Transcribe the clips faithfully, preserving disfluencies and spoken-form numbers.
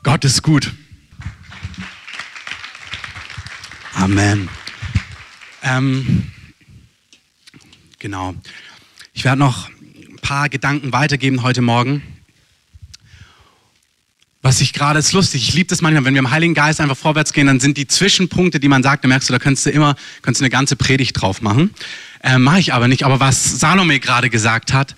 Gott ist gut. Amen. Ähm, genau. Ich werde noch ein paar Gedanken weitergeben heute Morgen. Was ich gerade, ist lustig, ich liebe das manchmal, wenn wir im Heiligen Geist einfach vorwärts gehen, dann sind die Zwischenpunkte, die man sagt, da merkst du, da könntest du immer könntest du eine ganze Predigt drauf machen. Äh, Mache ich aber nicht. Aber was Salome gerade gesagt hat,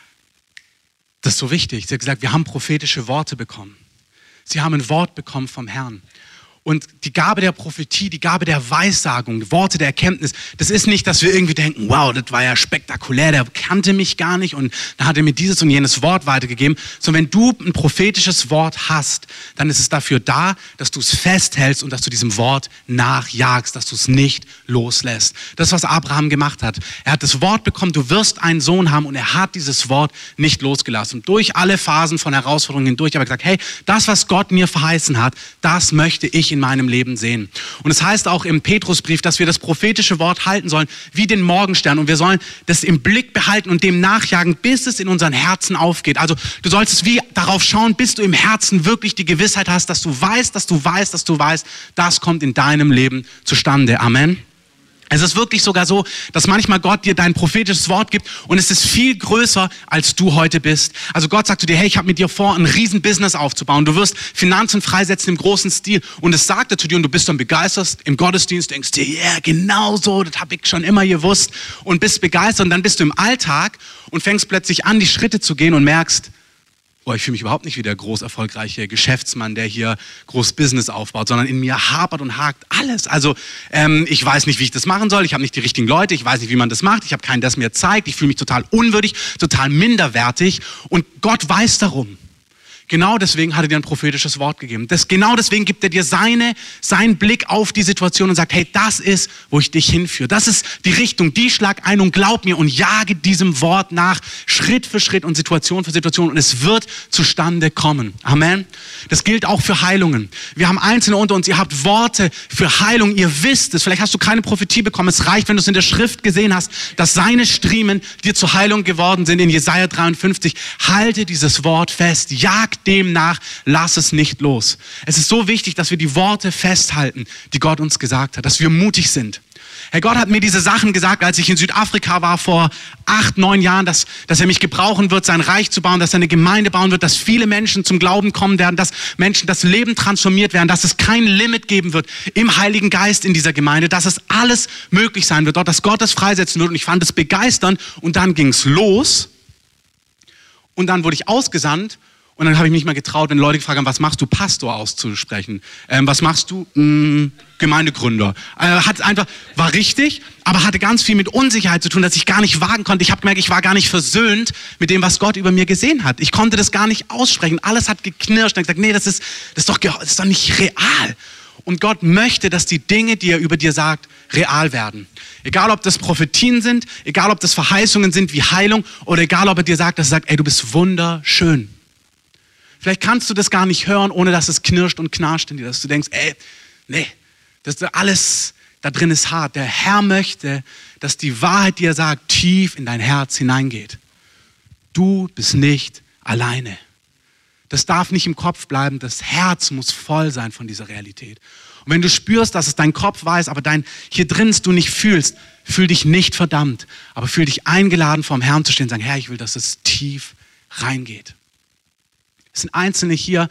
das ist so wichtig. Sie hat gesagt, wir haben prophetische Worte bekommen. Sie haben ein Wort bekommen vom Herrn. Und die Gabe der Prophetie, die Gabe der Weissagung, Worte der Erkenntnis, das ist nicht, dass wir irgendwie denken, wow, das war ja spektakulär, der kannte mich gar nicht und dann hat er mir dieses und jenes Wort weitergegeben. Sondern wenn du ein prophetisches Wort hast, dann ist es dafür da, dass du es festhältst und dass du diesem Wort nachjagst, dass du es nicht loslässt. Das ist, was Abraham gemacht hat. Er hat das Wort bekommen, du wirst einen Sohn haben und er hat dieses Wort nicht losgelassen. Und durch alle Phasen von Herausforderungen hindurch hat er gesagt, hey, das, was Gott mir verheißen hat, das möchte ich in meinem Leben sehen. Und es heißt auch im Petrusbrief, dass wir das prophetische Wort halten sollen, wie den Morgenstern. Und wir sollen das im Blick behalten und dem nachjagen, bis es in unseren Herzen aufgeht. Also du sollst es wie darauf schauen, bis du im Herzen wirklich die Gewissheit hast, dass du weißt, dass du weißt, dass du weißt, das kommt in deinem Leben zustande. Amen. Es ist wirklich sogar so, dass manchmal Gott dir dein prophetisches Wort gibt und es ist viel größer, als du heute bist. Also Gott sagt zu dir, hey, ich habe mit dir vor, ein riesen Business aufzubauen. Du wirst Finanzen freisetzen im großen Stil. Und es sagt er zu dir und du bist dann begeistert im Gottesdienst, denkst dir, ja, yeah, genau so, das habe ich schon immer gewusst. Und bist begeistert und dann bist du im Alltag und fängst plötzlich an, die Schritte zu gehen und merkst, oh, ich fühle mich überhaupt nicht wie der groß erfolgreiche Geschäftsmann, der hier groß Business aufbaut, sondern in mir hapert und hakt alles. Also ähm, ich weiß nicht, wie ich das machen soll, ich habe nicht die richtigen Leute, ich weiß nicht, wie man das macht, ich habe keinen, der es mir zeigt, ich fühle mich total unwürdig, total minderwertig und Gott weiß darum. Genau deswegen hat er dir ein prophetisches Wort gegeben. Das, genau deswegen gibt er dir seine, seinen Blick auf die Situation und sagt, hey, das ist, wo ich dich hinführe. Das ist die Richtung, die schlag ein und glaub mir und jage diesem Wort nach, Schritt für Schritt und Situation für Situation und es wird zustande kommen. Amen. Das gilt auch für Heilungen. Wir haben Einzelne unter uns, ihr habt Worte für Heilung, ihr wisst es. Vielleicht hast du keine Prophetie bekommen. Es reicht, wenn du es in der Schrift gesehen hast, dass seine Striemen dir zur Heilung geworden sind in Jesaja dreiundfünfzig. Halte dieses Wort fest, jag dem nach, lass es nicht los. Es ist so wichtig, dass wir die Worte festhalten, die Gott uns gesagt hat, dass wir mutig sind. Herr Gott hat mir diese Sachen gesagt, als ich in Südafrika war vor acht, neun Jahren, dass, dass er mich gebrauchen wird, sein Reich zu bauen, dass er eine Gemeinde bauen wird, dass viele Menschen zum Glauben kommen werden, dass Menschen das Leben transformiert werden, dass es kein Limit geben wird im Heiligen Geist in dieser Gemeinde, dass es alles möglich sein wird, dort, dass Gott es freisetzen wird. Und ich fand es begeisternd und dann ging es los und dann wurde ich ausgesandt. Und dann habe ich mich mal getraut, wenn Leute gefragt haben, was machst du, Pastor auszusprechen? Ähm, was machst du? Hm, Gemeindegründer. Äh, hat einfach, war richtig, aber hatte ganz viel mit Unsicherheit zu tun, dass ich gar nicht wagen konnte. Ich habe gemerkt, ich war gar nicht versöhnt mit dem, was Gott über mir gesehen hat. Ich konnte das gar nicht aussprechen. Alles hat geknirscht. Und ich gesagt, nee, das ist, das ist doch, das ist doch nicht real. Und Gott möchte, dass die Dinge, die er über dir sagt, real werden. Egal, ob das Prophetien sind, egal, ob das Verheißungen sind wie Heilung oder egal, ob er dir sagt, dass er sagt, ey, du bist wunderschön. Vielleicht kannst du das gar nicht hören, ohne dass es knirscht und knarscht in dir, dass du denkst, ey, nee, das ist alles da drin ist hart. Der Herr möchte, dass die Wahrheit, die er sagt, tief in dein Herz hineingeht. Du bist nicht alleine. Das darf nicht im Kopf bleiben, das Herz muss voll sein von dieser Realität. Und wenn du spürst, dass es dein Kopf weiß, aber dein hier drin du nicht fühlst, fühl dich nicht verdammt, aber fühl dich eingeladen, vor dem Herrn zu stehen und sagen, Herr, ich will, dass es tief reingeht. Es sind Einzelne hier.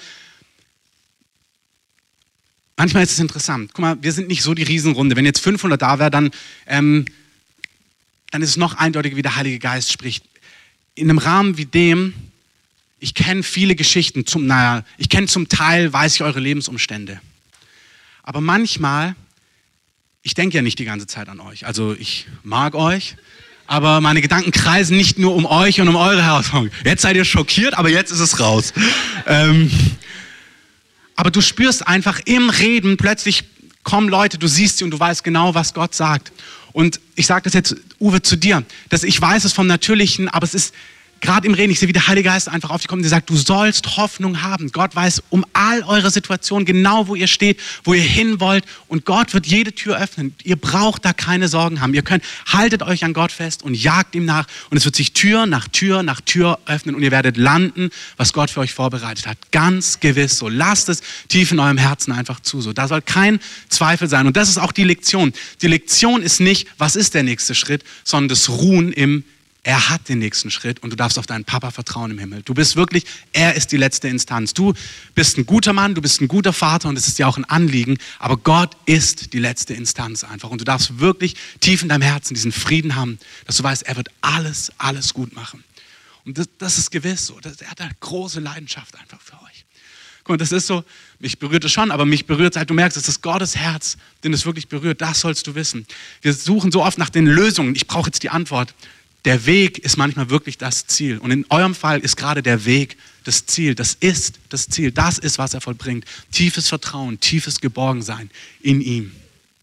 Manchmal ist es interessant. Guck mal, wir sind nicht so die Riesenrunde. Wenn jetzt fünfhundert da wäre, dann, ähm, dann ist es noch eindeutiger, wie der Heilige Geist spricht. In einem Rahmen wie dem, ich kenne viele Geschichten, zum, naja, ich kenne zum Teil, weiß ich eure Lebensumstände. Aber manchmal, ich denke ja nicht die ganze Zeit an euch. Also ich mag euch, aber meine Gedanken kreisen nicht nur um euch und um eure Herausforderungen. Jetzt seid ihr schockiert, aber jetzt ist es raus. ähm, aber du spürst einfach im Reden, plötzlich kommen Leute, du siehst sie und du weißt genau, was Gott sagt. Und ich sage das jetzt, Uwe, zu dir, dass ich weiß es vom Natürlichen, aber es ist, gerade im Reden, ich sehe, wie der Heilige Geist einfach auf dich kommt und sagt, du sollst Hoffnung haben. Gott weiß um all eure Situationen, genau wo ihr steht, wo ihr hin wollt. Und Gott wird jede Tür öffnen. Ihr braucht da keine Sorgen haben. Ihr könnt, haltet euch an Gott fest und jagt ihm nach. Und es wird sich Tür nach Tür nach Tür öffnen. Und ihr werdet landen, was Gott für euch vorbereitet hat. Ganz gewiss so. Lasst es tief in eurem Herzen einfach zu. So. Da soll kein Zweifel sein. Und das ist auch die Lektion. Die Lektion ist nicht, was ist der nächste Schritt, sondern das Ruhen im Er hat den nächsten Schritt und du darfst auf deinen Papa vertrauen im Himmel. Du bist wirklich, er ist die letzte Instanz. Du bist ein guter Mann, du bist ein guter Vater und es ist dir auch ein Anliegen, aber Gott ist die letzte Instanz einfach. Und du darfst wirklich tief in deinem Herzen diesen Frieden haben, dass du weißt, er wird alles, alles gut machen. Und das, das ist gewiss so. Das, er hat eine große Leidenschaft einfach für euch. Guck mal, das ist so, mich berührt es schon, aber mich berührt es halt, du merkst, es ist Gottes Herz, den es wirklich berührt. Das sollst du wissen. Wir suchen so oft nach den Lösungen. Ich brauche jetzt die Antwort. Der Weg ist manchmal wirklich das Ziel. Und in eurem Fall ist gerade der Weg das Ziel. Das ist das Ziel. Das ist, was er vollbringt. Tiefes Vertrauen, tiefes Geborgensein in ihm.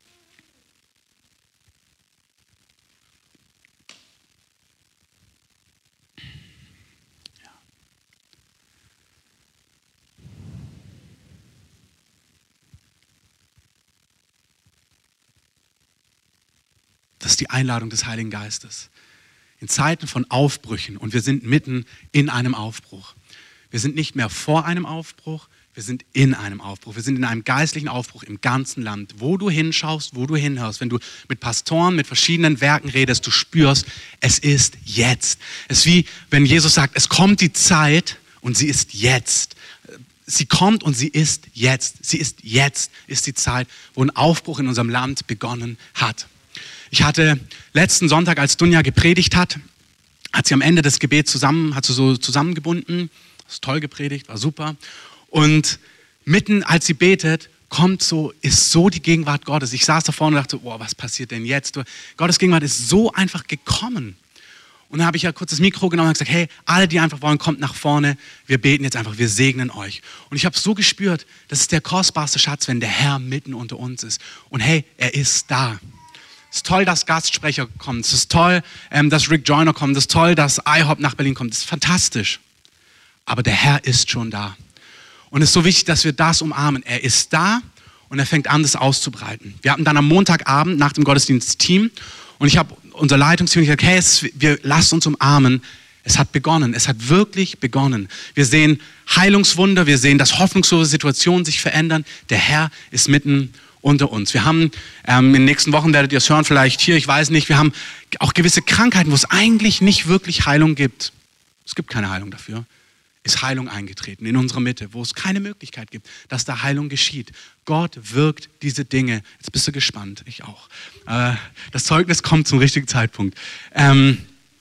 Das ist die Einladung des Heiligen Geistes. In Zeiten von Aufbrüchen und wir sind mitten in einem Aufbruch. Wir sind nicht mehr vor einem Aufbruch, wir sind in einem Aufbruch. Wir sind in einem geistlichen Aufbruch im ganzen Land. Wo du hinschaust, wo du hinhörst, wenn du mit Pastoren, mit verschiedenen Werken redest, du spürst, es ist jetzt. Es ist wie, wenn Jesus sagt, es kommt die Zeit und sie ist jetzt. Sie kommt und sie ist jetzt. Sie ist jetzt, ist die Zeit, wo ein Aufbruch in unserem Land begonnen hat. Ich hatte letzten Sonntag, als Dunja gepredigt hat, hat sie am Ende des Gebets zusammen, hat sie so zusammengebunden. Das ist toll gepredigt, war super. Und mitten, als sie betet, kommt so, ist so die Gegenwart Gottes. Ich saß da vorne und dachte, boah, was passiert denn jetzt? Gottes Gegenwart ist so einfach gekommen. Und dann habe ich ja kurz das Mikro genommen und gesagt, hey, alle, die einfach wollen, kommt nach vorne. Wir beten jetzt einfach, wir segnen euch. Und ich habe so gespürt, das ist der kostbarste Schatz, wenn der Herr mitten unter uns ist. Und hey, er ist da. Es ist toll, dass Gastsprecher kommen. Es ist toll, ähm, dass Rick Joyner kommt. Es ist toll, dass IHOP nach Berlin kommt. Es ist fantastisch. Aber der Herr ist schon da. Und es ist so wichtig, dass wir das umarmen. Er ist da und er fängt an, das auszubreiten. Wir hatten dann am Montagabend nach dem Gottesdienst Team und ich habe unser Leitungsteam gesagt, hey, es, wir lasst uns umarmen. Es hat begonnen. Es hat wirklich begonnen. Wir sehen Heilungswunder. Wir sehen, dass hoffnungslose Situationen sich verändern. Der Herr ist mitten unter uns. Wir haben, ähm, in den nächsten Wochen werdet ihr es hören, vielleicht hier, ich weiß nicht, wir haben auch gewisse Krankheiten, wo es eigentlich nicht wirklich Heilung gibt. Es gibt keine Heilung dafür. Ist Heilung eingetreten in unserer Mitte, wo es keine Möglichkeit gibt, dass da Heilung geschieht. Gott wirkt diese Dinge. Jetzt bist du gespannt, ich auch. Äh, das Zeugnis kommt zum richtigen Zeitpunkt. Ähm,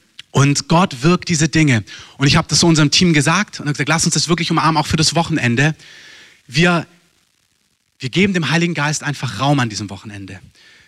und Gott wirkt diese Dinge. Und ich habe das so unserem Team gesagt und habe gesagt, lass uns das wirklich umarmen, auch für das Wochenende. Wir Wir geben dem Heiligen Geist einfach Raum an diesem Wochenende.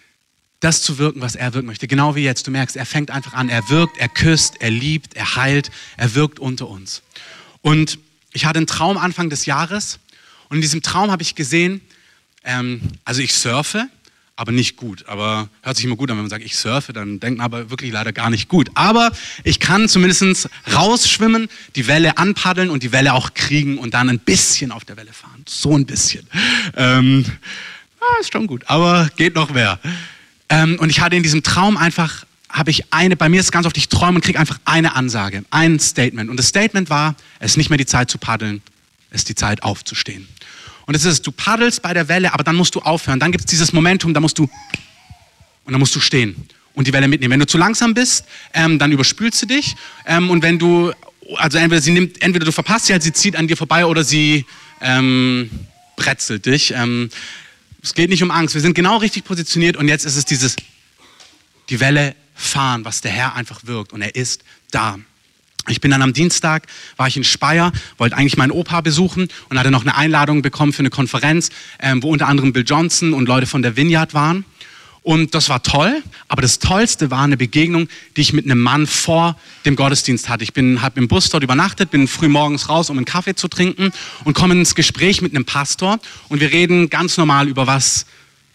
Das zu wirken, was er wirken möchte. Genau wie jetzt. Du merkst, er fängt einfach an. Er wirkt, er küsst, er liebt, er heilt. Er wirkt unter uns. Und ich hatte einen Traum Anfang des Jahres. Und in diesem Traum habe ich gesehen, ähm, also ich surfe, aber nicht gut. Aber hört sich immer gut an, wenn man sagt, ich surfe, dann denkt man aber wirklich leider gar nicht gut. Aber ich kann zumindest rausschwimmen, die Welle anpaddeln und die Welle auch kriegen und dann ein bisschen auf der Welle fahren. So ein bisschen. Ähm, ah, ist schon gut, aber geht noch mehr. Ähm, und ich hatte in diesem Traum einfach, habe ich eine, bei mir ist es ganz oft, ich träume und kriege einfach eine Ansage, ein Statement. Und das Statement war, es ist nicht mehr die Zeit zu paddeln, es ist die Zeit aufzustehen. Und es ist, du paddelst bei der Welle, aber dann musst du aufhören. Dann gibt es dieses Momentum, da musst du, und dann musst du stehen und die Welle mitnehmen. Wenn du zu langsam bist, ähm, dann überspülst du dich. Ähm, und wenn du, also entweder sie nimmt, entweder du verpasst sie, halt, sie zieht an dir vorbei oder sie ähm, bretzelt dich. Ähm, es geht nicht um Angst. Wir sind genau richtig positioniert und jetzt ist es dieses, die Welle fahren, was der Herr einfach wirkt. Und er ist da. Ich bin dann am Dienstag, war ich in Speyer, wollte eigentlich meinen Opa besuchen und hatte noch eine Einladung bekommen für eine Konferenz, ähm, wo unter anderem Bill Johnson und Leute von der Vineyard waren. Und das war toll, aber das Tollste war eine Begegnung, die ich mit einem Mann vor dem Gottesdienst hatte. Ich bin habe im Bus dort übernachtet, bin früh morgens raus, um einen Kaffee zu trinken und komme ins Gespräch mit einem Pastor und wir reden ganz normal über was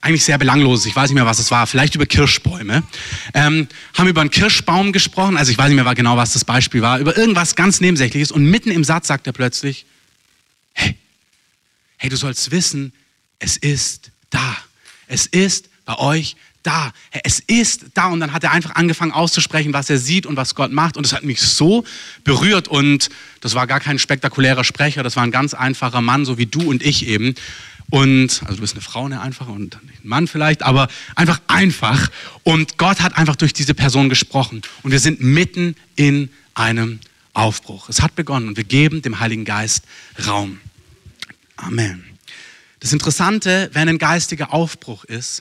eigentlich sehr belangloses, ich weiß nicht mehr, was es war, vielleicht über Kirschbäume, ähm, haben über einen Kirschbaum gesprochen, also ich weiß nicht mehr genau, was das Beispiel war, über irgendwas ganz Nebensächliches und mitten im Satz sagt er plötzlich, hey, hey, du sollst wissen, es ist da, es ist bei euch da, hey, es ist da und dann hat er einfach angefangen auszusprechen, was er sieht und was Gott macht und das hat mich so berührt und das war gar kein spektakulärer Sprecher, das war ein ganz einfacher Mann, so wie du und ich eben. Und, also du bist eine Frau, eine einfache und ein Mann vielleicht, aber einfach einfach. Und Gott hat einfach durch diese Person gesprochen. Und wir sind mitten in einem Aufbruch. Es hat begonnen und wir geben dem Heiligen Geist Raum. Amen. Das Interessante, wenn ein geistiger Aufbruch ist,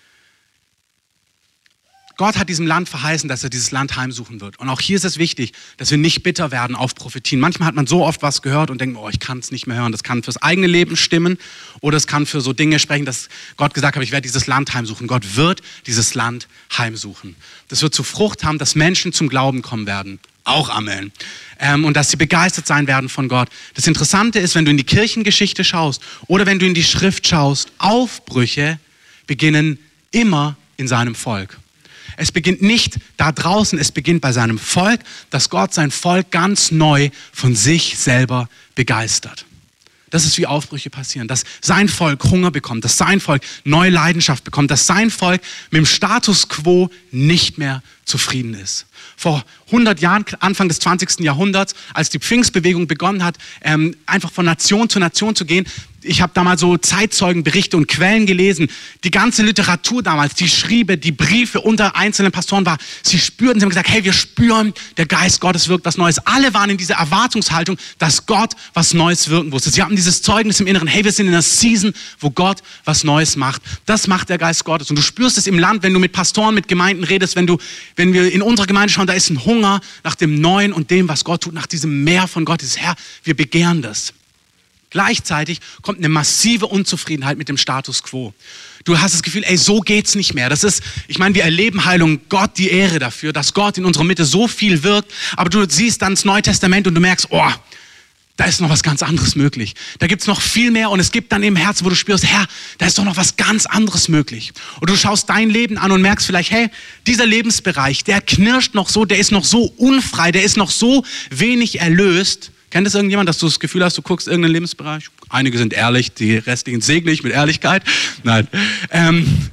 Gott hat diesem Land verheißen, dass er dieses Land heimsuchen wird. Und auch hier ist es wichtig, dass wir nicht bitter werden auf Prophetien. Manchmal hat man so oft was gehört und denkt, oh, ich kann es nicht mehr hören. Das kann fürs eigene Leben stimmen oder es kann für so Dinge sprechen, dass Gott gesagt hat, ich werde dieses Land heimsuchen. Gott wird dieses Land heimsuchen. Das wird zur Frucht haben, dass Menschen zum Glauben kommen werden. Auch Amen. Ähm, und dass sie begeistert sein werden von Gott. Das Interessante ist, wenn du in die Kirchengeschichte schaust oder wenn du in die Schrift schaust, Aufbrüche beginnen immer in seinem Volk. Es beginnt nicht da draußen, es beginnt bei seinem Volk, dass Gott sein Volk ganz neu von sich selber begeistert. Das ist, wie Aufbrüche passieren, dass sein Volk Hunger bekommt, dass sein Volk neue Leidenschaft bekommt, dass sein Volk mit dem Status quo nicht mehr zufrieden ist. Vor hundert Jahren, Anfang des zwanzigsten Jahrhunderts, als die Pfingstbewegung begonnen hat, ähm, einfach von Nation zu Nation zu gehen, ich habe damals so Zeitzeugenberichte und Quellen gelesen. Die ganze Literatur damals, die Schriebe, die Briefe unter einzelnen Pastoren war, sie spürten, sie haben gesagt, hey, wir spüren, der Geist Gottes wirkt was Neues. Alle waren in dieser Erwartungshaltung, dass Gott was Neues wirken musste. Sie haben dieses Zeugnis im Inneren, hey, wir sind in einer Season, wo Gott was Neues macht. Das macht der Geist Gottes. Und du spürst es im Land, wenn du mit Pastoren, mit Gemeinden redest, wenn du, wenn wir in unserer Gemeinde schauen, da ist ein Hunger nach dem Neuen und dem, was Gott tut, nach diesem Meer von Gott. Dieses Herr, wir begehren das. Gleichzeitig kommt eine massive Unzufriedenheit mit dem Status quo. Du hast das Gefühl, ey, so geht's nicht mehr. Das ist, ich meine, wir erleben Heilung, Gott die Ehre dafür, dass Gott in unserer Mitte so viel wirkt. Aber du siehst dann das Neue Testament und du merkst, oh, da ist noch was ganz anderes möglich. Da gibt's noch viel mehr und es gibt dann im Herzen, wo du spürst, Herr, da ist doch noch was ganz anderes möglich. Und du schaust dein Leben an und merkst vielleicht, hey, dieser Lebensbereich, der knirscht noch so, der ist noch so unfrei, der ist noch so wenig erlöst. Kennt das irgendjemand, dass du das Gefühl hast, du guckst irgendeinen Lebensbereich? Einige sind ehrlich, die restlichen segne ich mit Ehrlichkeit. Nein. Ähm,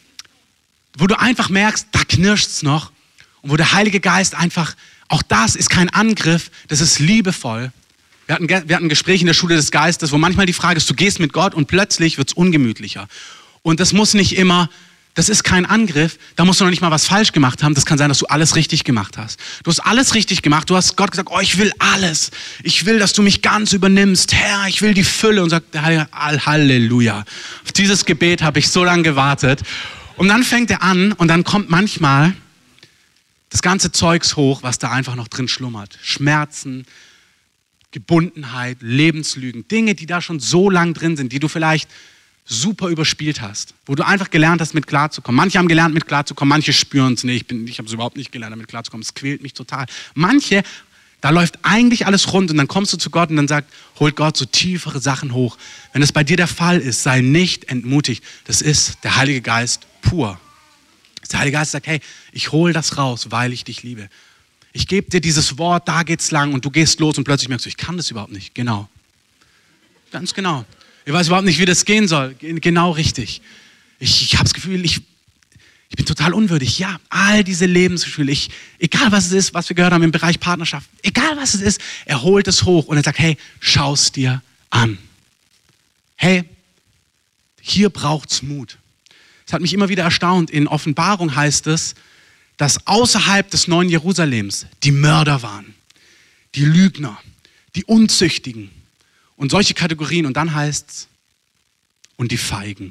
wo du einfach merkst, da knirscht's noch. Und wo der Heilige Geist einfach, auch das ist kein Angriff, das ist liebevoll. Wir hatten, wir hatten ein Gespräch in der Schule des Geistes, wo manchmal die Frage ist, du gehst mit Gott und plötzlich wird's ungemütlicher. Und das muss nicht immer... Das ist kein Angriff, da musst du noch nicht mal was falsch gemacht haben. Das kann sein, dass du alles richtig gemacht hast. Du hast alles richtig gemacht, du hast Gott gesagt, oh, ich will alles. Ich will, dass du mich ganz übernimmst. Herr, ich will die Fülle. Und sagt der Heilige, Halleluja. Auf dieses Gebet habe ich so lange gewartet. Und dann fängt er an und dann kommt manchmal das ganze Zeugs hoch, was da einfach noch drin schlummert. Schmerzen, Gebundenheit, Lebenslügen, Dinge, die da schon so lang drin sind, die du vielleicht super überspielt hast, wo du einfach gelernt hast, mit klarzukommen. Manche haben gelernt, mit klarzukommen, manche spüren es. Nee, ich, bin, ich habe es überhaupt nicht gelernt, damit klarzukommen. Es quält mich total. Manche, da läuft eigentlich alles rund und dann kommst du zu Gott und dann sagt, holt Gott so tiefere Sachen hoch. Wenn es bei dir der Fall ist, sei nicht entmutigt. Das ist der Heilige Geist pur. Der Heilige Geist sagt, hey, ich hole das raus, weil ich dich liebe. Ich gebe dir dieses Wort, da geht's lang und du gehst los und plötzlich merkst du, ich kann das überhaupt nicht. Genau. Ganz genau. Ich weiß überhaupt nicht, wie das gehen soll. Genau richtig. Ich, ich habe das Gefühl, ich, ich bin total unwürdig. Ja, all diese Lebensgefühle, ich, egal was es ist, was wir gehört haben im Bereich Partnerschaft, egal was es ist, er holt es hoch und er sagt, hey, schau es dir an. Hey, hier braucht's Mut. Es hat mich immer wieder erstaunt. In Offenbarung heißt es, dass außerhalb des neuen Jerusalems die Mörder waren, die Lügner, die Unzüchtigen, und solche Kategorien. Und dann heißt es, und die Feigen.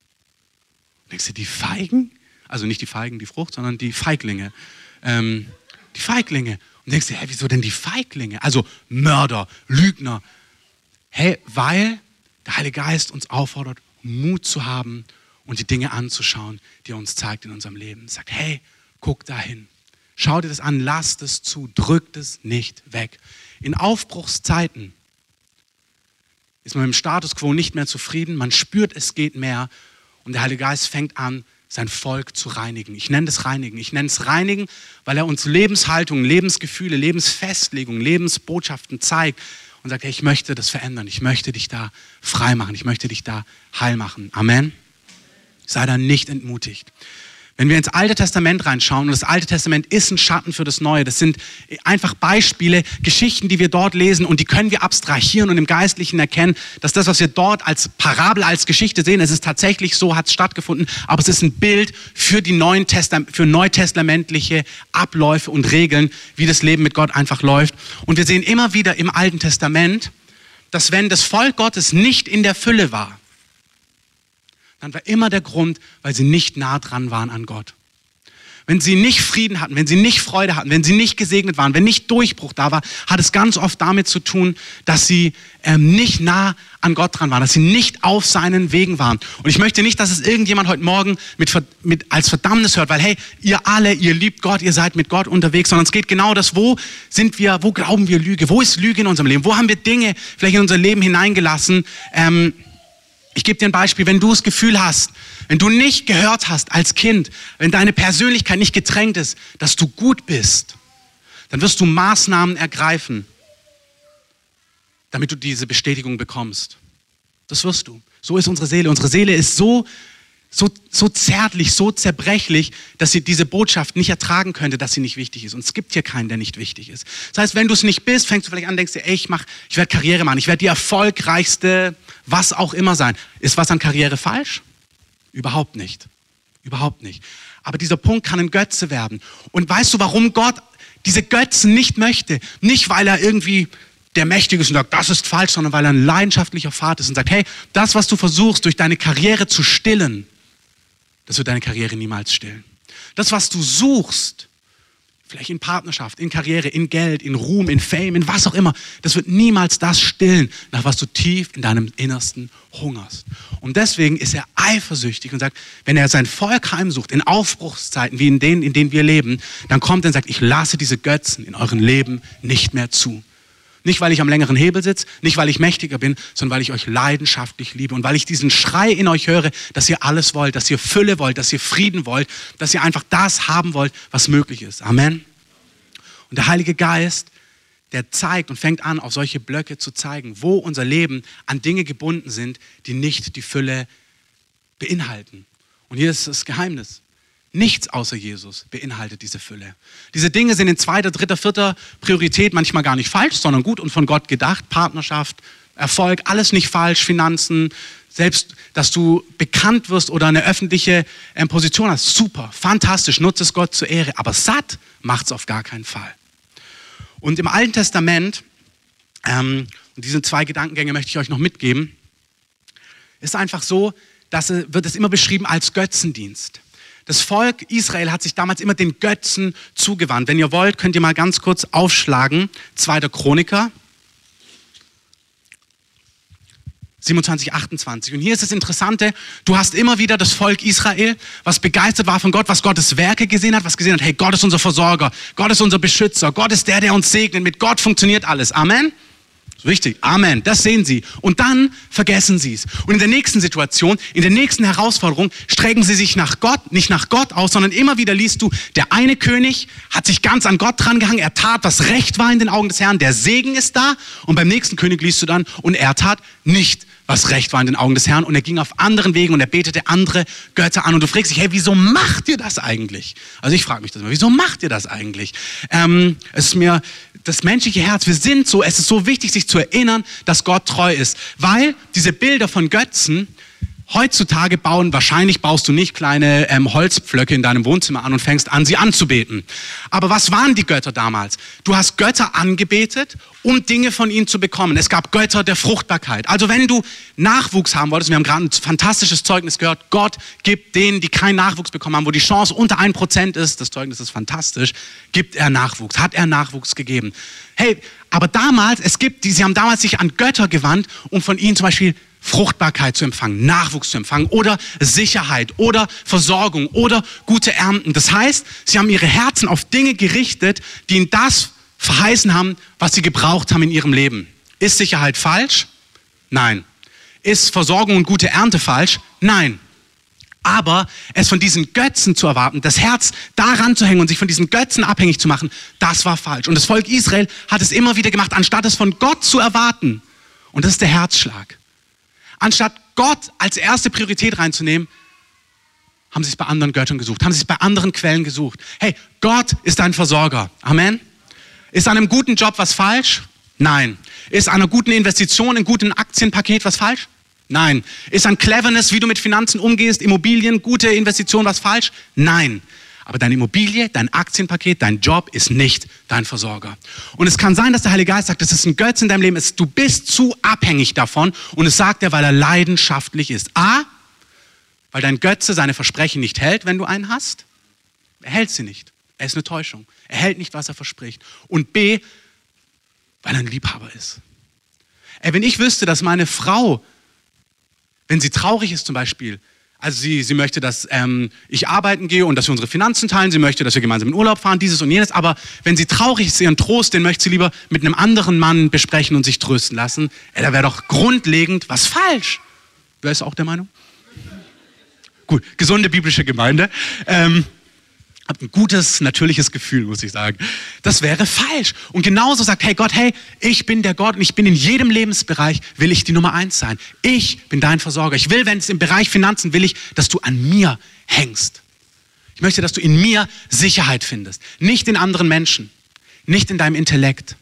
Und denkst du, die Feigen? Also nicht die Feigen, die Frucht, sondern die Feiglinge. Ähm, die Feiglinge. Und denkst du, hä, wieso denn die Feiglinge? Also Mörder, Lügner. Hey, weil der Heilige Geist uns auffordert, Mut zu haben und die Dinge anzuschauen, die er uns zeigt in unserem Leben. Er sagt, hey, guck dahin. Schau dir das an, lass das zu, drück das nicht weg. In Aufbruchszeiten ist man mit dem Status quo nicht mehr zufrieden, man spürt, es geht mehr Und der Heilige Geist fängt an, sein Volk zu reinigen. Ich nenne das Reinigen. Ich nenne es Reinigen, weil er uns Lebenshaltungen, Lebensgefühle, Lebensfestlegungen, Lebensbotschaften zeigt und sagt, hey, ich möchte das verändern. Ich möchte dich da frei machen. Ich möchte dich da heil machen. Amen. Sei da nicht entmutigt. Wenn wir ins Alte Testament reinschauen, und das Alte Testament ist ein Schatten für das Neue, das sind einfach Beispiele, Geschichten, die wir dort lesen und die können wir abstrahieren und im Geistlichen erkennen, dass das, was wir dort als Parabel, als Geschichte sehen, es ist tatsächlich so, hat es stattgefunden, aber es ist ein Bild für die neuen Testam- für neutestamentliche Abläufe und Regeln, wie das Leben mit Gott einfach läuft. Und wir sehen immer wieder im Alten Testament, dass wenn das Volk Gottes nicht in der Fülle war, dann war immer der Grund, weil sie nicht nah dran waren an Gott. Wenn sie nicht Frieden hatten, wenn sie nicht Freude hatten, wenn sie nicht gesegnet waren, wenn nicht Durchbruch da war, hat es ganz oft damit zu tun, dass sie ähm, nicht nah an Gott dran waren, dass sie nicht auf seinen Wegen waren. Und ich möchte nicht, dass es irgendjemand heute Morgen mit, mit, als Verdammnis hört, weil hey, ihr alle, ihr liebt Gott, ihr seid mit Gott unterwegs, sondern es geht genau das, wo sind wir, wo glauben wir Lüge, wo ist Lüge in unserem Leben, wo haben wir Dinge vielleicht in unser Leben hineingelassen, ähm, ich gebe dir ein Beispiel, wenn du das Gefühl hast, wenn du nicht gehört hast als Kind, wenn deine Persönlichkeit nicht getränkt ist, dass du gut bist, dann wirst du Maßnahmen ergreifen, damit du diese Bestätigung bekommst. Das wirst du. So ist unsere Seele. Unsere Seele ist so, so, so zärtlich, so zerbrechlich, dass sie diese Botschaft nicht ertragen könnte, dass sie nicht wichtig ist. Und es gibt hier keinen, der nicht wichtig ist. Das heißt, wenn du es nicht bist, fängst du vielleicht an, denkst dir, ey, ich mach, ich werde Karriere machen, ich werde die erfolgreichste, was auch immer sein. Ist was an Karriere falsch? Überhaupt nicht. Überhaupt nicht. Aber dieser Punkt kann ein Götze werden. Und weißt du, warum Gott diese Götzen nicht möchte? Nicht, weil er irgendwie der Mächtige ist und sagt, das ist falsch, sondern weil er ein leidenschaftlicher Vater ist und sagt, hey, das, was du versuchst, durch deine Karriere zu stillen, das wird deine Karriere niemals stillen. Das, was du suchst, vielleicht in Partnerschaft, in Karriere, in Geld, in Ruhm, in Fame, in was auch immer, das wird niemals das stillen, nach was du tief in deinem Innersten hungerst. Und deswegen ist er eifersüchtig und sagt, wenn er sein Volk heimsucht, in Aufbruchszeiten, wie in denen, in denen wir leben, dann kommt er und sagt, ich lasse diese Götzen in eurem Leben nicht mehr zu. Nicht, weil ich am längeren Hebel sitze, nicht, weil ich mächtiger bin, sondern weil ich euch leidenschaftlich liebe und weil ich diesen Schrei in euch höre, dass ihr alles wollt, dass ihr Fülle wollt, dass ihr Frieden wollt, dass ihr einfach das haben wollt, was möglich ist. Amen. Und der Heilige Geist, der zeigt und fängt an, auf solche Blöcke zu zeigen, wo unser Leben an Dinge gebunden sind, die nicht die Fülle beinhalten. Und hier ist das Geheimnis. Nichts außer Jesus beinhaltet diese Fülle. Diese Dinge sind in zweiter, dritter, vierter Priorität manchmal gar nicht falsch, sondern gut und von Gott gedacht. Partnerschaft, Erfolg, alles nicht falsch, Finanzen, selbst, dass du bekannt wirst oder eine öffentliche ähm, Position hast. Super, fantastisch, nutze es Gott zur Ehre. Aber satt macht es auf gar keinen Fall. Und im Alten Testament, ähm, und diese zwei Gedankengänge möchte ich euch noch mitgeben, ist einfach so, dass äh, wird es immer beschrieben als Götzendienst. Das Volk Israel hat sich damals immer den Götzen zugewandt. Wenn ihr wollt, könnt ihr mal ganz kurz aufschlagen. zweiter Chroniker siebenundzwanzig, achtundzwanzig. Und hier ist das Interessante, du hast immer wieder das Volk Israel, was begeistert war von Gott, was Gottes Werke gesehen hat, was gesehen hat, hey, Gott ist unser Versorger, Gott ist unser Beschützer, Gott ist der, der uns segnet, mit Gott funktioniert alles. Amen. Richtig, Amen, das sehen sie. Und dann vergessen sie es. Und in der nächsten Situation, in der nächsten Herausforderung, strecken sie sich nach Gott, nicht nach Gott aus, sondern immer wieder liest du, der eine König hat sich ganz an Gott dran gehangen, er tat, was recht war in den Augen des Herrn, der Segen ist da. Und beim nächsten König liest du dann, und er tat nicht, was recht war in den Augen des Herrn. Und er ging auf anderen Wegen und er betete andere Götter an. Und du fragst dich, hey, wieso macht ihr das eigentlich? Also ich frage mich das immer, wieso macht ihr das eigentlich? Ähm, es ist mir das menschliche Herz, wir sind so, es ist so wichtig, sich zu erinnern, dass Gott treu ist. Weil diese Bilder von Götzen, heutzutage bauen, wahrscheinlich baust du nicht kleine ähm, Holzpflöcke in deinem Wohnzimmer an und fängst an, sie anzubeten. Aber was waren die Götter damals? Du hast Götter angebetet, um Dinge von ihnen zu bekommen. Es gab Götter der Fruchtbarkeit. Also wenn du Nachwuchs haben wolltest, wir haben gerade ein fantastisches Zeugnis gehört, Gott gibt denen, die keinen Nachwuchs bekommen haben, wo die Chance unter ein Prozent ist, das Zeugnis ist fantastisch, gibt er Nachwuchs, hat er Nachwuchs gegeben. Hey, aber damals, es gibt, die, sie haben damals sich an Götter gewandt, um von ihnen zum Beispiel Fruchtbarkeit zu empfangen, Nachwuchs zu empfangen oder Sicherheit oder Versorgung oder gute Ernten. Das heißt, sie haben ihre Herzen auf Dinge gerichtet, die ihnen das verheißen haben, was sie gebraucht haben in ihrem Leben. Ist Sicherheit falsch? Nein. Ist Versorgung und gute Ernte falsch? Nein. Aber es von diesen Götzen zu erwarten, das Herz daran zu hängen und sich von diesen Götzen abhängig zu machen, das war falsch. Und das Volk Israel hat es immer wieder gemacht, anstatt es von Gott zu erwarten. Und das ist der Herzschlag. Anstatt Gott als erste Priorität reinzunehmen, haben sie es bei anderen Göttern gesucht, haben sie es bei anderen Quellen gesucht. Hey, Gott ist dein Versorger. Amen. Ist an einem guten Job was falsch? Nein. Ist an einer guten Investition, einem guten Aktienpaket was falsch? Nein. Ist an Cleverness, wie du mit Finanzen umgehst, Immobilien, gute Investition was falsch? Nein. Aber deine Immobilie, dein Aktienpaket, dein Job ist nicht dein Versorger. Und es kann sein, dass der Heilige Geist sagt, das ist ein Götze in deinem Leben, du bist zu abhängig davon. Und es sagt er, weil er leidenschaftlich ist. A, weil dein Götze seine Versprechen nicht hält, wenn du einen hast. Er hält sie nicht. Er ist eine Täuschung. Er hält nicht, was er verspricht. Und B, weil er ein Liebhaber ist. Ey, wenn ich wüsste, dass meine Frau, wenn sie traurig ist zum Beispiel, also sie, sie möchte, dass ähm, ich arbeiten gehe und dass wir unsere Finanzen teilen, sie möchte, dass wir gemeinsam in Urlaub fahren, dieses und jenes, aber wenn sie traurig ist, ihren Trost, den möchte sie lieber mit einem anderen Mann besprechen und sich trösten lassen, ey, da wäre doch grundlegend was falsch. Wer ist auch der Meinung? Gut, gesunde biblische Gemeinde. Ähm, hab ein gutes, natürliches Gefühl, muss ich sagen. Das wäre falsch. Und genauso sagt, hey Gott, hey, ich bin der Gott und ich bin in jedem Lebensbereich, will ich die Nummer eins sein. Ich bin dein Versorger. Ich will, wenn es im Bereich Finanzen, will ich, dass du an mir hängst. Ich möchte, dass du in mir Sicherheit findest. Nicht in anderen Menschen. Nicht in deinem Intellekt.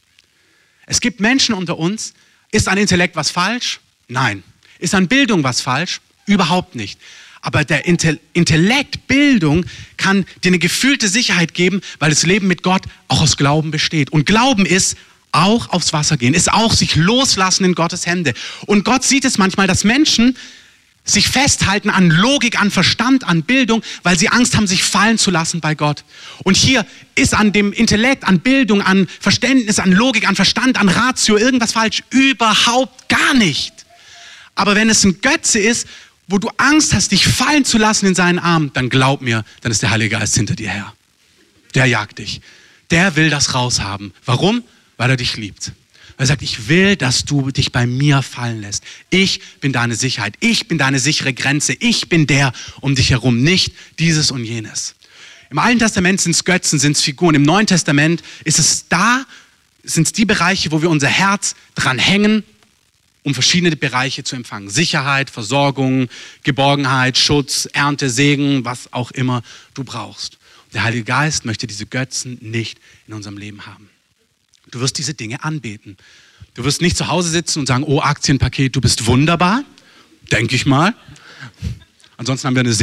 Es gibt Menschen unter uns. Ist an Intellekt was falsch? Nein. Ist an Bildung was falsch? Überhaupt nicht. Aber der Intellekt, Bildung kann dir eine gefühlte Sicherheit geben, weil das Leben mit Gott auch aus Glauben besteht. Und Glauben ist auch aufs Wasser gehen, ist auch sich loslassen in Gottes Hände. Und Gott sieht es manchmal, dass Menschen sich festhalten an Logik, an Verstand, an Bildung, weil sie Angst haben, sich fallen zu lassen bei Gott. Und hier ist an dem Intellekt, an Bildung, an Verständnis, an Logik, an Verstand, an Ratio irgendwas falsch? Überhaupt gar nicht. Aber wenn es ein Götze ist, wo du Angst hast, dich fallen zu lassen in seinen Armen, dann glaub mir, dann ist der Heilige Geist hinter dir her. Der jagt dich. Der will das raushaben. Warum? Weil er dich liebt. Er sagt, ich will, dass du dich bei mir fallen lässt. Ich bin deine Sicherheit. Ich bin deine sichere Grenze. Ich bin der um dich herum, nicht dieses und jenes. Im Alten Testament sind es Götzen, sind es Figuren. Im Neuen Testament ist es da, sind es die Bereiche, wo wir unser Herz dran hängen, um verschiedene Bereiche zu empfangen. Sicherheit, Versorgung, Geborgenheit, Schutz, Ernte, Segen, was auch immer du brauchst. Und der Heilige Geist möchte diese Götzen nicht in unserem Leben haben. Du wirst diese Dinge anbeten. Du wirst nicht zu Hause sitzen und sagen, oh Aktienpaket, du bist wunderbar, denke ich mal. Ansonsten haben wir eine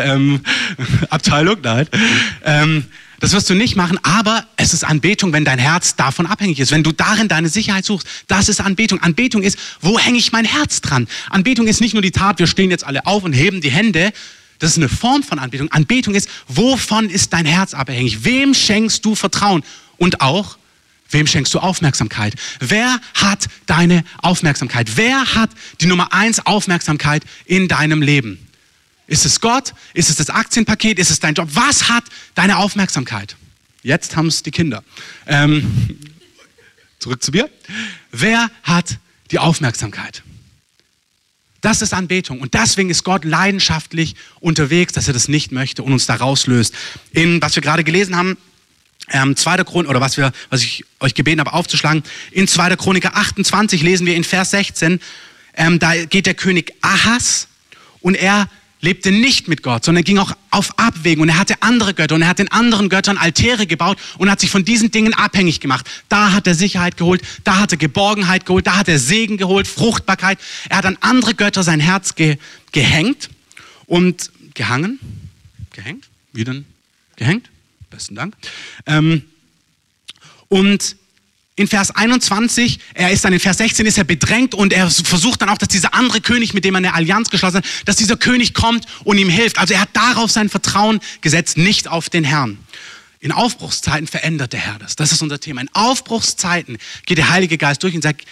Seelsorge-Abteilung. Ähm, Nein. Ähm, Das wirst du nicht machen, aber es ist Anbetung, wenn dein Herz davon abhängig ist. Wenn du darin deine Sicherheit suchst, das ist Anbetung. Anbetung ist, wo hänge ich mein Herz dran? Anbetung ist nicht nur die Tat, wir stehen jetzt alle auf und heben die Hände. Das ist eine Form von Anbetung. Anbetung ist, wovon ist dein Herz abhängig? Wem schenkst du Vertrauen? Und auch, wem schenkst du Aufmerksamkeit? Wer hat deine Aufmerksamkeit? Wer hat die Nummer eins Aufmerksamkeit in deinem Leben? Ist es Gott? Ist es das Aktienpaket? Ist es dein Job? Was hat deine Aufmerksamkeit? Jetzt haben es die Kinder. Ähm, zurück zu mir. Wer hat die Aufmerksamkeit? Das ist Anbetung. Und deswegen ist Gott leidenschaftlich unterwegs, dass er das nicht möchte und uns da rauslöst. In, was wir gerade gelesen haben, ähm, zweiter Chron- oder was, wir, was ich euch gebeten habe aufzuschlagen, in zweiter Chroniker achtundzwanzig lesen wir in Vers sechzehn, ähm, da geht der König Ahas und er lebte nicht mit Gott, sondern ging auch auf Abwägen und er hatte andere Götter und er hat den anderen Göttern Altäre gebaut und hat sich von diesen Dingen abhängig gemacht. Da hat er Sicherheit geholt, da hat er Geborgenheit geholt, da hat er Segen geholt, Fruchtbarkeit. Er hat an andere Götter sein Herz ge- gehängt und gehangen. Gehängt? Wie denn? Gehängt? Besten Dank. Ähm, und in Vers einundzwanzig, er ist dann in Vers sechzehn, ist er bedrängt und er versucht dann auch, dass dieser andere König, mit dem er eine Allianz geschlossen hat, dass dieser König kommt und ihm hilft. Also er hat darauf sein Vertrauen gesetzt, nicht auf den Herrn. In Aufbruchszeiten verändert der Herr das. Das ist unser Thema. In Aufbruchszeiten geht der Heilige Geist durch und sagt,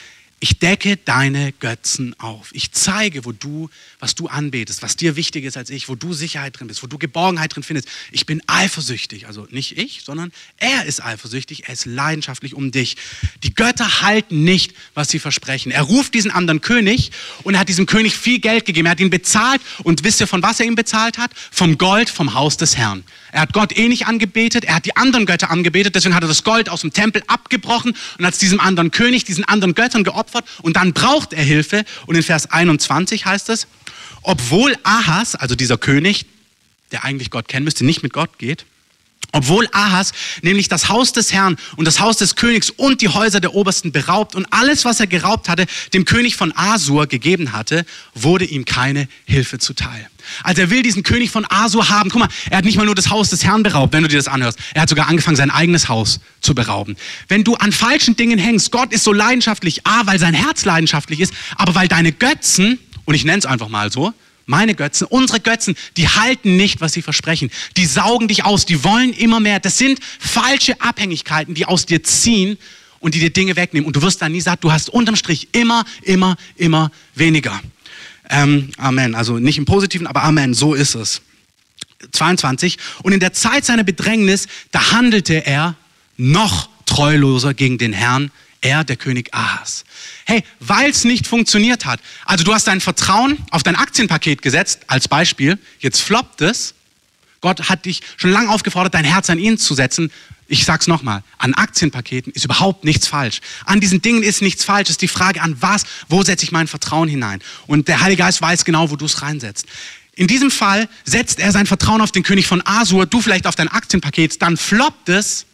ich decke deine Götzen auf. Ich zeige, wo du, was du anbetest, was dir wichtig ist als ich, wo du Sicherheit drin bist, wo du Geborgenheit drin findest. Ich bin eifersüchtig, also nicht ich, sondern er ist eifersüchtig, er ist leidenschaftlich um dich. Die Götter halten nicht, was sie versprechen. Er ruft diesen anderen König und er hat diesem König viel Geld gegeben. Er hat ihn bezahlt und wisst ihr, von was er ihn bezahlt hat? Vom Gold vom Haus des Herrn. Er hat Gott eh nicht angebetet, er hat die anderen Götter angebetet, deswegen hat er das Gold aus dem Tempel abgebrochen und hat es diesem anderen König, diesen anderen Göttern geopfert und dann braucht er Hilfe. Und in Vers einundzwanzig heißt es, obwohl Ahas, also dieser König, der eigentlich Gott kennen müsste, nicht mit Gott geht, obwohl Ahas nämlich das Haus des Herrn und das Haus des Königs und die Häuser der Obersten beraubt und alles, was er geraubt hatte, dem König von Asur gegeben hatte, wurde ihm keine Hilfe zuteil. Also er will diesen König von Asur haben. Guck mal, er hat nicht mal nur das Haus des Herrn beraubt, wenn du dir das anhörst. Er hat sogar angefangen, sein eigenes Haus zu berauben. Wenn du an falschen Dingen hängst, Gott ist so leidenschaftlich, A, weil sein Herz leidenschaftlich ist, aber weil deine Götzen, und ich nenne es einfach mal so, meine Götzen, unsere Götzen, die halten nicht, was sie versprechen. Die saugen dich aus, die wollen immer mehr. Das sind falsche Abhängigkeiten, die aus dir ziehen und die dir Dinge wegnehmen. Und du wirst dann nie satt, du hast unterm Strich immer, immer, immer weniger. Ähm, Amen, also nicht im Positiven, aber Amen, so ist es. zweiundzwanzig, und in der Zeit seiner Bedrängnis, da handelte er noch treuloser gegen den Herrn, er, der König Ahas. Hey, weil es nicht funktioniert hat. Also du hast dein Vertrauen auf dein Aktienpaket gesetzt, als Beispiel. Jetzt floppt es. Gott hat dich schon lange aufgefordert, dein Herz an ihn zu setzen. Ich sag's nochmal, an Aktienpaketen ist überhaupt nichts falsch. An diesen Dingen ist nichts falsch. Es ist die Frage, an was, wo setze ich mein Vertrauen hinein? Und der Heilige Geist weiß genau, wo du es reinsetzt. In diesem Fall setzt er sein Vertrauen auf den König von Asur, du vielleicht auf dein Aktienpaket, dann floppt es.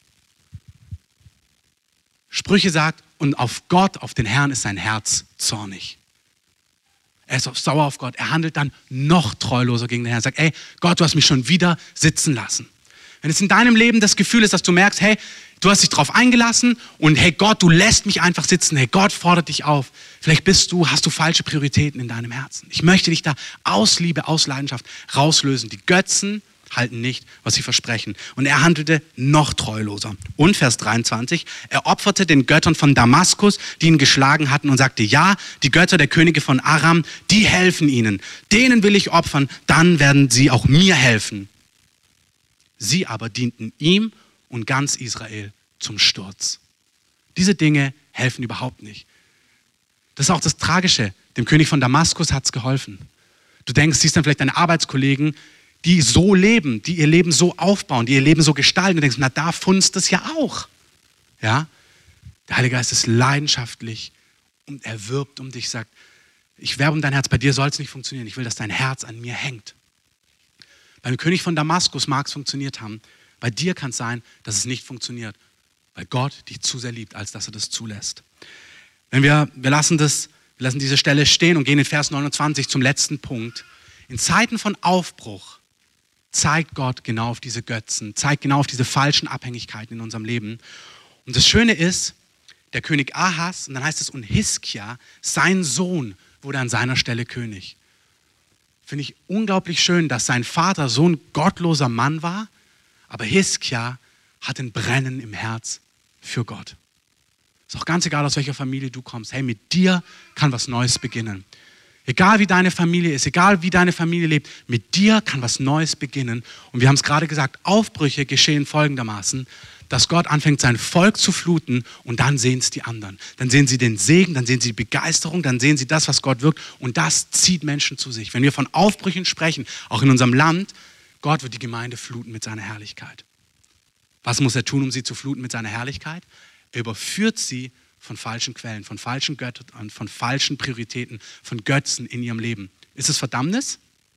Sprüche sagt, und auf Gott, auf den Herrn ist sein Herz zornig. Er ist sauer auf Gott. Er handelt dann noch treuloser gegen den Herrn. Er sagt, ey, Gott, du hast mich schon wieder sitzen lassen. Wenn es in deinem Leben das Gefühl ist, dass du merkst, hey, du hast dich darauf eingelassen und hey Gott, du lässt mich einfach sitzen. Hey, Gott fordert dich auf. Vielleicht bist du, hast du falsche Prioritäten in deinem Herzen. Ich möchte dich da aus Liebe, aus Leidenschaft rauslösen. Die Götzen halten nicht, was sie versprechen. Und er handelte noch treuloser. Und Vers dreiundzwanzig, er opferte den Göttern von Damaskus, die ihn geschlagen hatten und sagte, ja, die Götter der Könige von Aram, die helfen ihnen. Denen will ich opfern, dann werden sie auch mir helfen. Sie aber dienten ihm und ganz Israel zum Sturz. Diese Dinge helfen überhaupt nicht. Das ist auch das Tragische. Dem König von Damaskus hat es geholfen. Du denkst, siehst dann vielleicht deine Arbeitskollegen, die so leben, die ihr Leben so aufbauen, die ihr Leben so gestalten. Du denkst, na, da funzt es ja auch. Ja? Der Heilige Geist ist leidenschaftlich und er wirbt um dich, sagt, ich werbe um dein Herz, bei dir soll es nicht funktionieren. Ich will, dass dein Herz an mir hängt. Beim König von Damaskus mag es funktioniert haben. Bei dir kann es sein, dass es nicht funktioniert, weil Gott dich zu sehr liebt, als dass er das zulässt. Wenn wir, wir lassen das, wir lassen diese Stelle stehen und gehen in Vers neunundzwanzig zum letzten Punkt. In Zeiten von Aufbruch zeigt Gott genau auf diese Götzen, zeigt genau auf diese falschen Abhängigkeiten in unserem Leben. Und das Schöne ist, der König Ahas, und dann heißt es, und Hiskia, sein Sohn, wurde an seiner Stelle König. Finde ich unglaublich schön, dass sein Vater so ein gottloser Mann war, aber Hiskia hat ein Brennen im Herz für Gott. Ist auch ganz egal, aus welcher Familie du kommst. Hey, mit dir kann was Neues beginnen. Egal wie deine Familie ist, egal wie deine Familie lebt, mit dir kann was Neues beginnen. Und wir haben es gerade gesagt, Aufbrüche geschehen folgendermaßen, dass Gott anfängt, sein Volk zu fluten und dann sehen es die anderen. Dann sehen sie den Segen, dann sehen sie die Begeisterung, dann sehen sie das, was Gott wirkt und das zieht Menschen zu sich. Wenn wir von Aufbrüchen sprechen, auch in unserem Land, Gott wird die Gemeinde fluten mit seiner Herrlichkeit. Was muss er tun, um sie zu fluten mit seiner Herrlichkeit? Er überführt sie von falschen Quellen, von falschen Göttern, von falschen Prioritäten, von Götzen in ihrem Leben. Ist es Verdammnis?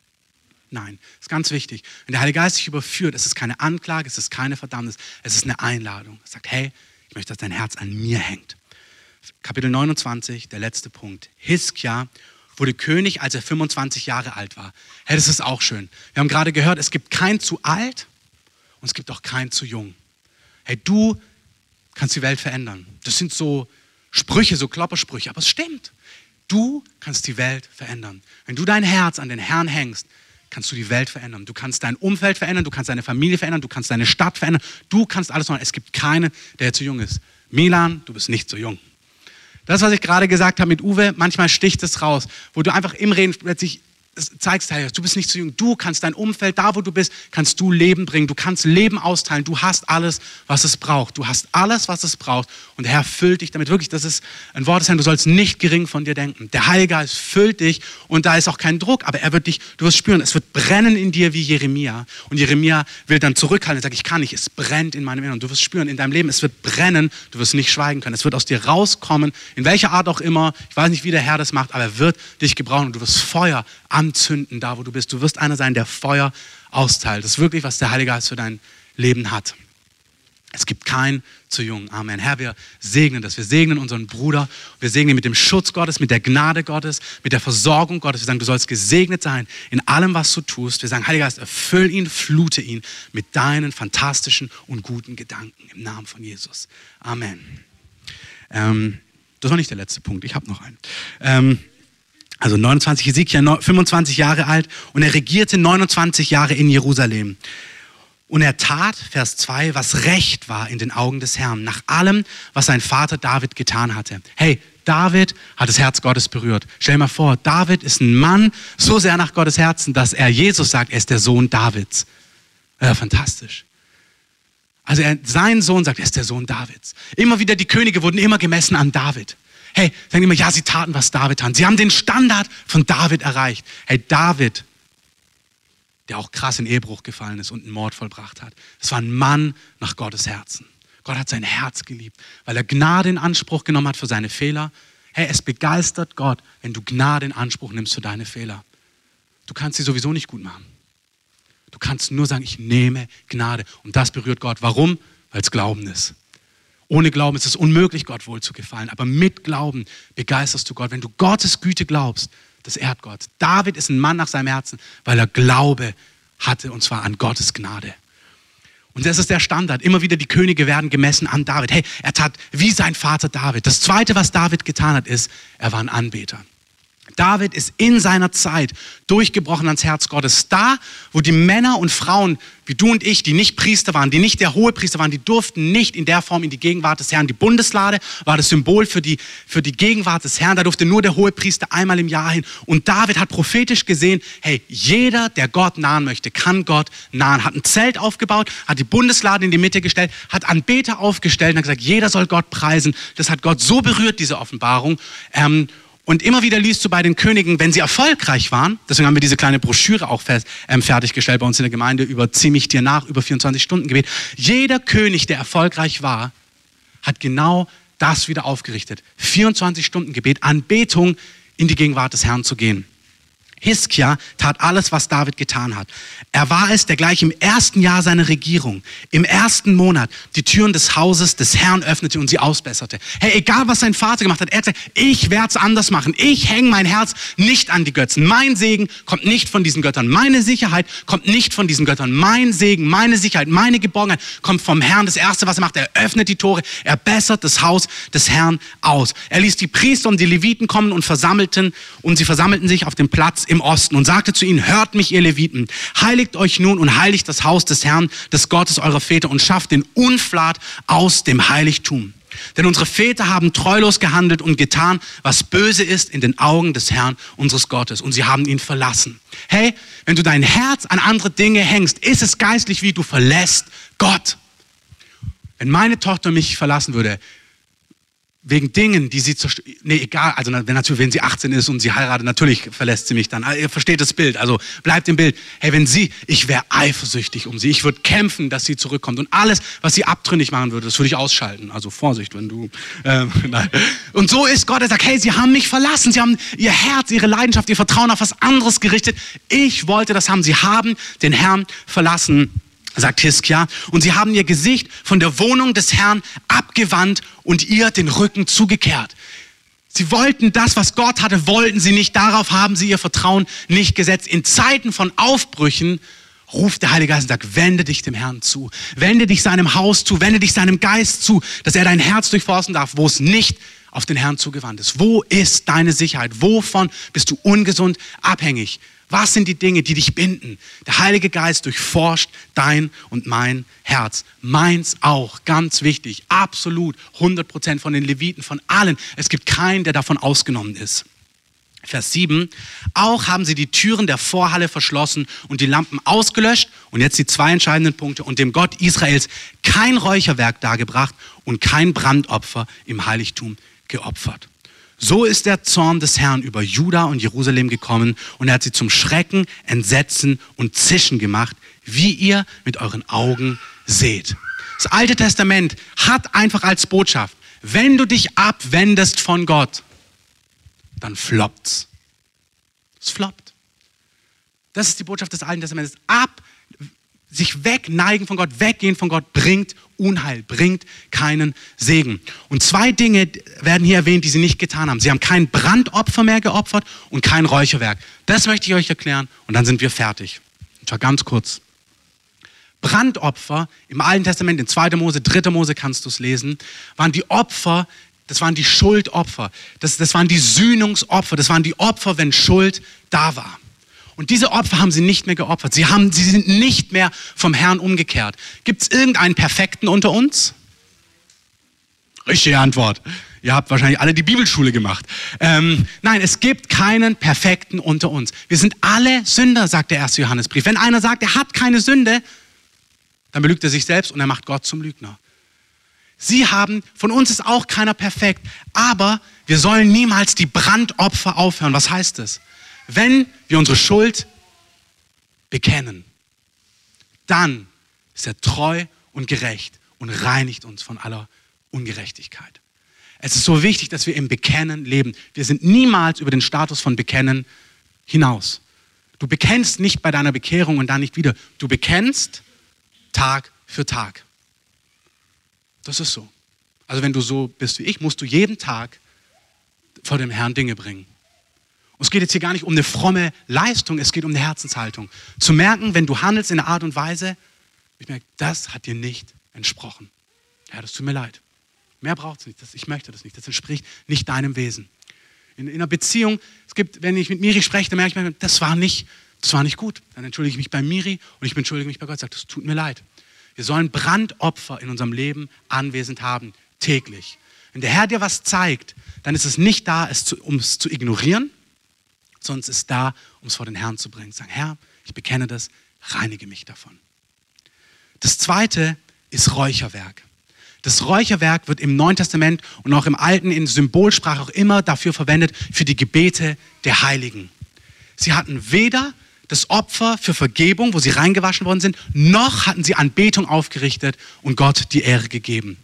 Nein, ist ganz wichtig. Wenn der Heilige Geist dich überführt, ist es keine Anklage, es ist keine Verdammnis, es ist eine Einladung. Er sagt, hey, ich möchte, dass dein Herz an mir hängt. Kapitel neunundzwanzig, der letzte Punkt. Hiskia wurde König, als er fünfundzwanzig Jahre alt war. Hey, das ist auch schön. Wir haben gerade gehört, es gibt kein zu alt und es gibt auch kein zu jung. Hey, du kannst die Welt verändern. Das sind so Sprüche, so Kloppersprüche, aber es stimmt. Du kannst die Welt verändern. Wenn du dein Herz an den Herrn hängst, kannst du die Welt verändern. Du kannst dein Umfeld verändern, du kannst deine Familie verändern, du kannst deine Stadt verändern. Du kannst alles machen. Es gibt keinen, der zu jung ist. Milan, du bist nicht so jung. Das, was ich gerade gesagt habe mit Uwe, manchmal sticht es raus, wo du einfach im Reden plötzlich zeigst, hey, du bist nicht zu jung, du kannst dein Umfeld, da wo du bist, kannst du Leben bringen, du kannst Leben austeilen, du hast alles, was es braucht, du hast alles, was es braucht und der Herr füllt dich damit, wirklich, das ist ein Wort des Herrn, du sollst nicht gering von dir denken, der Heilige Geist füllt dich und da ist auch kein Druck, aber er wird dich, du wirst spüren, es wird brennen in dir wie Jeremia und Jeremia will dann zurückhalten und sagt, ich kann nicht, es brennt in meinem Inneren und du wirst spüren, in deinem Leben, es wird brennen, du wirst nicht schweigen können, es wird aus dir rauskommen, in welcher Art auch immer, ich weiß nicht, wie der Herr das macht, aber er wird dich gebrauchen und du wirst Feuer anzünden, da wo du bist. Du wirst einer sein, der Feuer austeilt. Das ist wirklich, was der Heilige Geist für dein Leben hat. Es gibt kein zu jung. Amen. Herr, wir segnen das. Wir segnen unseren Bruder. Wir segnen ihn mit dem Schutz Gottes, mit der Gnade Gottes, mit der Versorgung Gottes. Wir sagen, du sollst gesegnet sein in allem, was du tust. Wir sagen, Heiliger Geist, erfüll ihn, flute ihn mit deinen fantastischen und guten Gedanken. Im Namen von Jesus. Amen. Ähm, das war nicht der letzte Punkt. Ich habe noch einen. Ähm, Also neunundzwanzig, Hesekia, fünfundzwanzig Jahre alt und er regierte neunundzwanzig Jahre in Jerusalem. Und er tat, Vers zwei, was recht war in den Augen des Herrn, nach allem, was sein Vater David getan hatte. Hey, David hat das Herz Gottes berührt. Stell dir mal vor, David ist ein Mann so sehr nach Gottes Herzen, dass er Jesus sagt, er ist der Sohn Davids. Ja, fantastisch. Also er, sein Sohn sagt, er ist der Sohn Davids. Immer wieder, die Könige wurden immer gemessen an David. Hey, sagen immer, ja, sie taten, was David tat. Sie haben den Standard von David erreicht. Hey, David, der auch krass in Ehebruch gefallen ist und einen Mord vollbracht hat. Das war ein Mann nach Gottes Herzen. Gott hat sein Herz geliebt, weil er Gnade in Anspruch genommen hat für seine Fehler. Hey, es begeistert Gott, wenn du Gnade in Anspruch nimmst für deine Fehler. Du kannst sie sowieso nicht gut machen. Du kannst nur sagen, ich nehme Gnade. Und das berührt Gott. Warum? Weil es Glauben ist. Ohne Glauben ist es unmöglich, Gott wohl zu gefallen. Aber mit Glauben begeisterst du Gott. Wenn du Gottes Güte glaubst, das ehrt Gott. David ist ein Mann nach seinem Herzen, weil er Glaube hatte, und zwar an Gottes Gnade. Und das ist der Standard. Immer wieder die Könige werden gemessen an David. Hey, er tat wie sein Vater David. Das Zweite, was David getan hat, ist, er war ein Anbeter. David ist in seiner Zeit durchgebrochen ans Herz Gottes. Da, wo die Männer und Frauen, wie du und ich, die nicht Priester waren, die nicht der Hohepriester waren, die durften nicht in der Form in die Gegenwart des Herrn. Die Bundeslade war das Symbol für die, für die Gegenwart des Herrn. Da durfte nur der Hohepriester einmal im Jahr hin. Und David hat prophetisch gesehen, hey, jeder, der Gott nahen möchte, kann Gott nahen. Hat ein Zelt aufgebaut, hat die Bundeslade in die Mitte gestellt, hat Anbeter aufgestellt und hat gesagt, jeder soll Gott preisen. Das hat Gott so berührt, diese Offenbarung. Ähm, Und immer wieder liest du bei den Königen, wenn sie erfolgreich waren, deswegen haben wir diese kleine Broschüre auch fest, ähm, fertiggestellt bei uns in der Gemeinde über Zieh mich dir nach, über vierundzwanzig Stunden Gebet. Jeder König, der erfolgreich war, hat genau das wieder aufgerichtet. vierundzwanzig Stunden Gebet, Anbetung, in die Gegenwart des Herrn zu gehen. Hiskia tat alles, was David getan hat. Er war es, der gleich im ersten Jahr seiner Regierung, im ersten Monat, die Türen des Hauses des Herrn öffnete und sie ausbesserte. Hey, egal was sein Vater gemacht hat, er hat gesagt, ich werde es anders machen. Ich hänge mein Herz nicht an die Götzen. Mein Segen kommt nicht von diesen Göttern. Meine Sicherheit kommt nicht von diesen Göttern. Mein Segen, meine Sicherheit, meine Geborgenheit kommt vom Herrn. Das Erste, was er macht, er öffnet die Tore, er bessert das Haus des Herrn aus. Er ließ die Priester und die Leviten kommen und versammelten, und sie versammelten sich auf dem Platz im Osten und sagte zu ihnen, hört mich, ihr Leviten, heiligt euch nun und heiligt das Haus des Herrn, des Gottes eurer Väter, und schafft den Unflat aus dem Heiligtum. Denn unsere Väter haben treulos gehandelt und getan, was böse ist in den Augen des Herrn, unseres Gottes, und sie haben ihn verlassen. Hey, wenn du dein Herz an andere Dinge hängst, ist es geistlich, wie du verlässt Gott. Wenn meine Tochter mich verlassen würde, wegen Dingen, die sie zerstört, nee, egal, also wenn, natürlich, wenn sie achtzehn ist und sie heiratet, natürlich verlässt sie mich dann. Ihr versteht das Bild, also bleibt im Bild. Hey, wenn sie, ich wäre eifersüchtig um sie, ich würde kämpfen, dass sie zurückkommt, und alles, was sie abtrünnig machen würde, das würde ich ausschalten. Also Vorsicht, wenn du, ähm, nein. Und so ist Gott, er sagt, hey, sie haben mich verlassen, sie haben ihr Herz, ihre Leidenschaft, ihr Vertrauen auf was anderes gerichtet. Ich wollte das haben, sie haben den Herrn verlassen, sagt Hiskia, und sie haben ihr Gesicht von der Wohnung des Herrn abgewandt und ihr den Rücken zugekehrt. Sie wollten das, was Gott hatte, wollten sie nicht. Darauf haben sie ihr Vertrauen nicht gesetzt. In Zeiten von Aufbrüchen ruft der Heilige Geist und sagt, wende dich dem Herrn zu. Wende dich seinem Haus zu, wende dich seinem Geist zu, dass er dein Herz durchforsten darf, wo es nicht auf den Herrn zugewandt ist? Wo ist deine Sicherheit? Wovon bist du ungesund abhängig? Was sind die Dinge, die dich binden? Der Heilige Geist durchforscht dein und mein Herz. Meins auch, ganz wichtig, absolut, hundert Prozent von den Leviten, von allen. Es gibt keinen, der davon ausgenommen ist. Vers sieben, auch haben sie die Türen der Vorhalle verschlossen und die Lampen ausgelöscht. Und jetzt die zwei entscheidenden Punkte. Und dem Gott Israels kein Räucherwerk dargebracht und kein Brandopfer im Heiligtum geopfert. So ist der Zorn des Herrn über Juda und Jerusalem gekommen und er hat sie zum Schrecken, Entsetzen und Zischen gemacht, wie ihr mit euren Augen seht. Das Alte Testament hat einfach als Botschaft, wenn du dich abwendest von Gott, dann floppt's. Es floppt. Das ist die Botschaft des Alten Testaments. Ab, sich wegneigen von Gott, weggehen von Gott, bringt Unheil, bringt keinen Segen. Und zwei Dinge werden hier erwähnt, die sie nicht getan haben. Sie haben kein Brandopfer mehr geopfert und kein Räucherwerk. Das möchte ich euch erklären und dann sind wir fertig. Und zwar ganz kurz. Brandopfer im Alten Testament, in zweiter Mose, dritter Mose kannst du es lesen, waren die Opfer, das waren die Schuldopfer, das, das waren die Sühnungsopfer, das waren die Opfer, wenn Schuld da war. Und diese Opfer haben sie nicht mehr geopfert. Sie, haben, sie sind nicht mehr vom Herrn umgekehrt. Gibt es irgendeinen Perfekten unter uns? Richtige Antwort. Ihr habt wahrscheinlich alle die Bibelschule gemacht. Ähm, nein, es gibt keinen Perfekten unter uns. Wir sind alle Sünder, sagt der erste Johannesbrief. Wenn einer sagt, er hat keine Sünde, dann belügt er sich selbst und er macht Gott zum Lügner. Sie haben, von uns ist auch keiner perfekt, aber wir sollen niemals die Brandopfer aufhören. Was heißt das? Wenn wir unsere Schuld bekennen, dann ist er treu und gerecht und reinigt uns von aller Ungerechtigkeit. Es ist so wichtig, dass wir im Bekennen leben. Wir sind niemals über den Status von Bekennen hinaus. Du bekennst nicht bei deiner Bekehrung und dann nicht wieder. Du bekennst Tag für Tag. Das ist so. Also wenn du so bist wie ich, musst du jeden Tag vor dem Herrn Dinge bringen. Und es geht jetzt hier gar nicht um eine fromme Leistung, es geht um eine Herzenshaltung. Zu merken, wenn du handelst in einer Art und Weise, ich merke, das hat dir nicht entsprochen. Ja, das tut mir leid. Mehr braucht es nicht. Das, ich möchte das nicht. Das entspricht nicht deinem Wesen. In, in einer Beziehung, es gibt, wenn ich mit Miri spreche, dann merke ich mir, das war nicht, das war nicht gut. Dann entschuldige ich mich bei Miri und ich entschuldige mich bei Gott. Sage, das tut mir leid. Wir sollen Brandopfer in unserem Leben anwesend haben, täglich. Wenn der Herr dir was zeigt, dann ist es nicht da, es zu, um es zu ignorieren, sondern es ist da, um es vor den Herrn zu bringen. Sagen, Herr, ich bekenne das, reinige mich davon. Das zweite ist Räucherwerk. Das Räucherwerk wird im Neuen Testament und auch im Alten in Symbolsprache auch immer dafür verwendet, für die Gebete der Heiligen. Sie hatten weder das Opfer für Vergebung, wo sie reingewaschen worden sind, noch hatten sie Anbetung aufgerichtet und Gott die Ehre gegeben.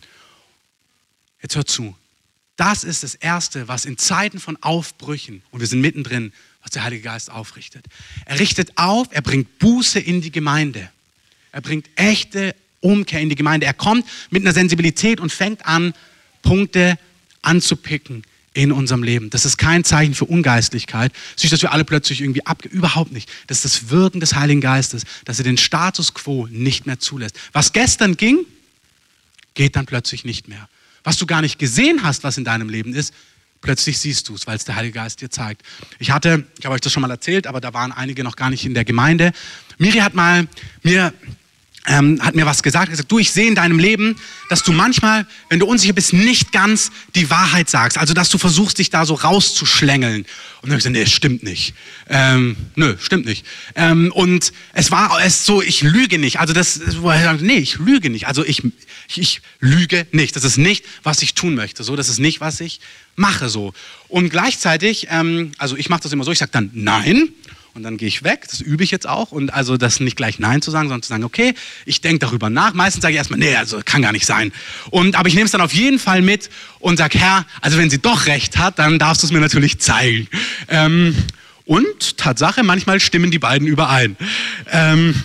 Jetzt hört zu. Das ist das Erste, was in Zeiten von Aufbrüchen, und wir sind mittendrin, was der Heilige Geist aufrichtet. Er richtet auf, er bringt Buße in die Gemeinde. Er bringt echte Umkehr in die Gemeinde. Er kommt mit einer Sensibilität und fängt an, Punkte anzupicken in unserem Leben. Das ist kein Zeichen für Ungeistlichkeit. Es ist nicht, dass wir alle plötzlich irgendwie abge... Überhaupt nicht. Das ist das Wirken des Heiligen Geistes, dass er den Status quo nicht mehr zulässt. Was gestern ging, geht dann plötzlich nicht mehr. Was du gar nicht gesehen hast, was in deinem Leben ist, plötzlich siehst du es, weil es der Heilige Geist dir zeigt. Ich hatte, ich habe euch das schon mal erzählt, aber da waren einige noch gar nicht in der Gemeinde. Miri hat mal mir... Ähm, hat mir was gesagt, gesagt, du, ich sehe in deinem Leben, dass du manchmal, wenn du unsicher bist, nicht ganz die Wahrheit sagst. Also, dass du versuchst, dich da so rauszuschlängeln. Und dann habe ich gesagt, nee, stimmt nicht. Ähm, nö, stimmt nicht. Ähm, und es war es so, ich lüge nicht. Also, das, nee, ich lüge nicht. Also, ich, ich, ich lüge nicht. Das ist nicht, was ich tun möchte. So, das ist nicht, was ich mache. So. Und gleichzeitig, ähm, also, ich mache das immer so, ich sage dann nein. Und dann gehe ich weg, das übe ich jetzt auch. Und also das nicht gleich Nein zu sagen, sondern zu sagen, okay, ich denke darüber nach. Meistens sage ich erstmal, nee, also kann gar nicht sein. Und, aber ich nehme es dann auf jeden Fall mit und sage, Herr, also wenn sie doch recht hat, dann darfst du es mir natürlich zeigen. Ähm, und Tatsache, manchmal stimmen die beiden überein. Ähm,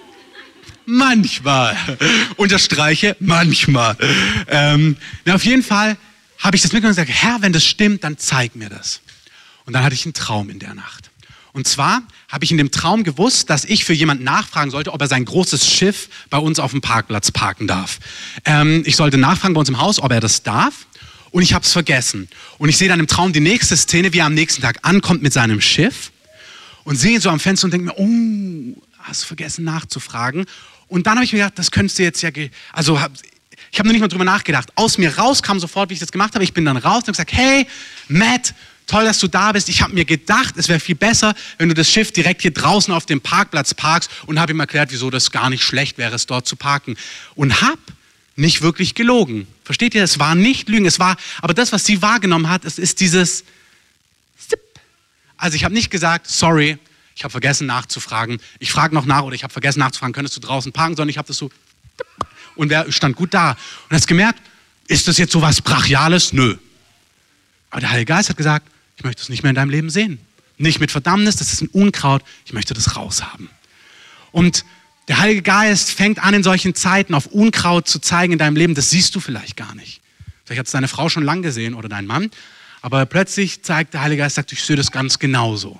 manchmal. Unterstreiche, manchmal. Ähm, na, auf jeden Fall habe ich das mitgenommen und gesagt, Herr, wenn das stimmt, dann zeig mir das. Und dann hatte ich einen Traum in der Nacht. Und zwar habe ich in dem Traum gewusst, dass ich für jemanden nachfragen sollte, ob er sein großes Schiff bei uns auf dem Parkplatz parken darf. Ähm, ich sollte nachfragen bei uns im Haus, ob er das darf. und ich habe es vergessen. Und ich sehe dann im Traum die nächste Szene, wie er am nächsten Tag ankommt mit seinem Schiff und sehe ihn so am Fenster und denke mir, oh, hast du vergessen nachzufragen. Und dann habe ich mir gedacht, das könntest du jetzt ja, also hab, ich habe noch nicht mal drüber nachgedacht. Aus mir raus kam sofort, wie ich das gemacht habe. Ich bin dann raus und habe gesagt, hey, Matt, toll, dass du da bist. Ich habe mir gedacht, es wäre viel besser, wenn du das Schiff direkt hier draußen auf dem Parkplatz parkst, und habe ihm erklärt, wieso das gar nicht schlecht wäre, es dort zu parken. Und habe nicht wirklich gelogen. Versteht ihr? Es war nicht Lügen. Es war, aber das, was sie wahrgenommen hat, es ist dieses Zip. Also ich habe nicht gesagt, sorry, ich habe vergessen nachzufragen. Ich frage noch nach oder ich habe vergessen nachzufragen, könntest du draußen parken? Sondern ich habe das so und wer stand gut da. Und hast gemerkt, ist das jetzt so was Brachiales? Nö. Aber der Heilige Geist hat gesagt, ich möchte es nicht mehr in deinem Leben sehen. Nicht mit Verdammnis, das ist ein Unkraut, ich möchte das raushaben. Und der Heilige Geist fängt an, in solchen Zeiten auf Unkraut zu zeigen in deinem Leben, das siehst du vielleicht gar nicht. Vielleicht hat es deine Frau schon lange gesehen oder dein Mann, aber plötzlich zeigt der Heilige Geist, sagt, ich sehe das ganz genauso.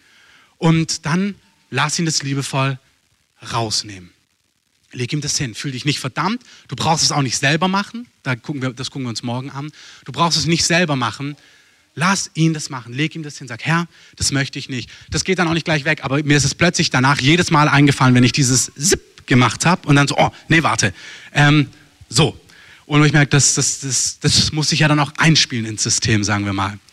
Und dann lass ihn das liebevoll rausnehmen. Leg ihm das hin, fühl dich nicht verdammt, du brauchst es auch nicht selber machen, da gucken wir, das gucken wir uns morgen an. Du brauchst es nicht selber machen, lass ihn das machen, leg ihm das hin, sag, Herr, das möchte ich nicht. Das geht dann auch nicht gleich weg, aber mir ist es plötzlich danach jedes Mal eingefallen, wenn ich dieses Zip gemacht habe und dann so, oh, nee, warte, ähm, so. Und ich merke, das, das, das, das muss sich ja dann auch einspielen ins System, sagen wir mal.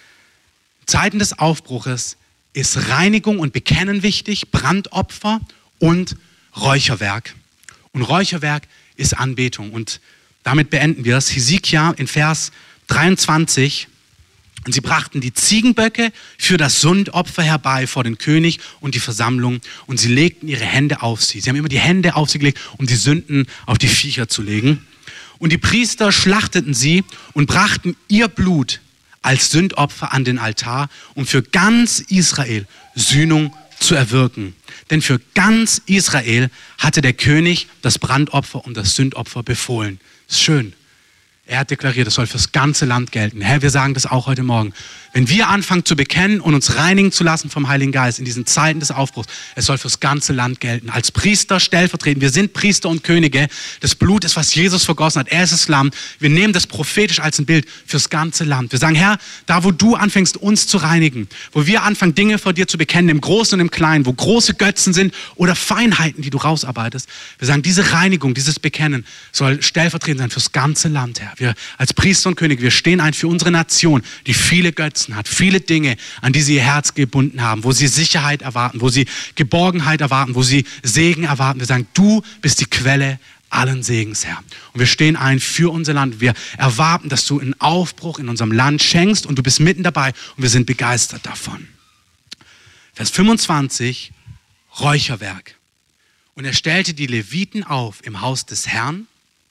Zeiten des Aufbruches ist Reinigung und Bekennen wichtig, Brandopfer und Räucherwerk. Und Räucherwerk ist Anbetung. Und damit beenden wir es. Hesekiah in Vers dreiundzwanzig. Und sie brachten die Ziegenböcke für das Sündopfer herbei vor den König und die Versammlung. Und sie legten ihre Hände auf sie. Sie haben immer die Hände auf sie gelegt, um die Sünden auf die Viecher zu legen. Und die Priester schlachteten sie und brachten ihr Blut als Sündopfer an den Altar, um für ganz Israel Sühnung zu erwirken. Denn für ganz Israel hatte der König das Brandopfer und das Sündopfer befohlen. Ist schön. Er hat deklariert, das soll fürs ganze Land gelten. Herr, wir sagen das auch heute Morgen. Wenn wir anfangen zu bekennen und uns reinigen zu lassen vom Heiligen Geist in diesen Zeiten des Aufbruchs, es soll fürs ganze Land gelten. Als Priester stellvertretend, wir sind Priester und Könige. Das Blut ist, was Jesus vergossen hat. Er ist das Lamm. Wir nehmen das prophetisch als ein Bild fürs ganze Land. Wir sagen, Herr, da wo du anfängst, uns zu reinigen, wo wir anfangen, Dinge vor dir zu bekennen, im Großen und im Kleinen, wo große Götzen sind oder Feinheiten, die du rausarbeitest. Wir sagen, diese Reinigung, dieses Bekennen soll stellvertretend sein fürs ganze Land, Herr. Wir als Priester und König, wir stehen ein für unsere Nation, die viele Götzen hat, viele Dinge, an die sie ihr Herz gebunden haben, wo sie Sicherheit erwarten, wo sie Geborgenheit erwarten, wo sie Segen erwarten. Wir sagen, du bist die Quelle allen Segens, Herr. Und wir stehen ein für unser Land. Wir erwarten, dass du einen Aufbruch in unserem Land schenkst und du bist mitten dabei und wir sind begeistert davon. Vers fünfundzwanzig, Räucherwerk. Und er stellte die Leviten auf im Haus des Herrn,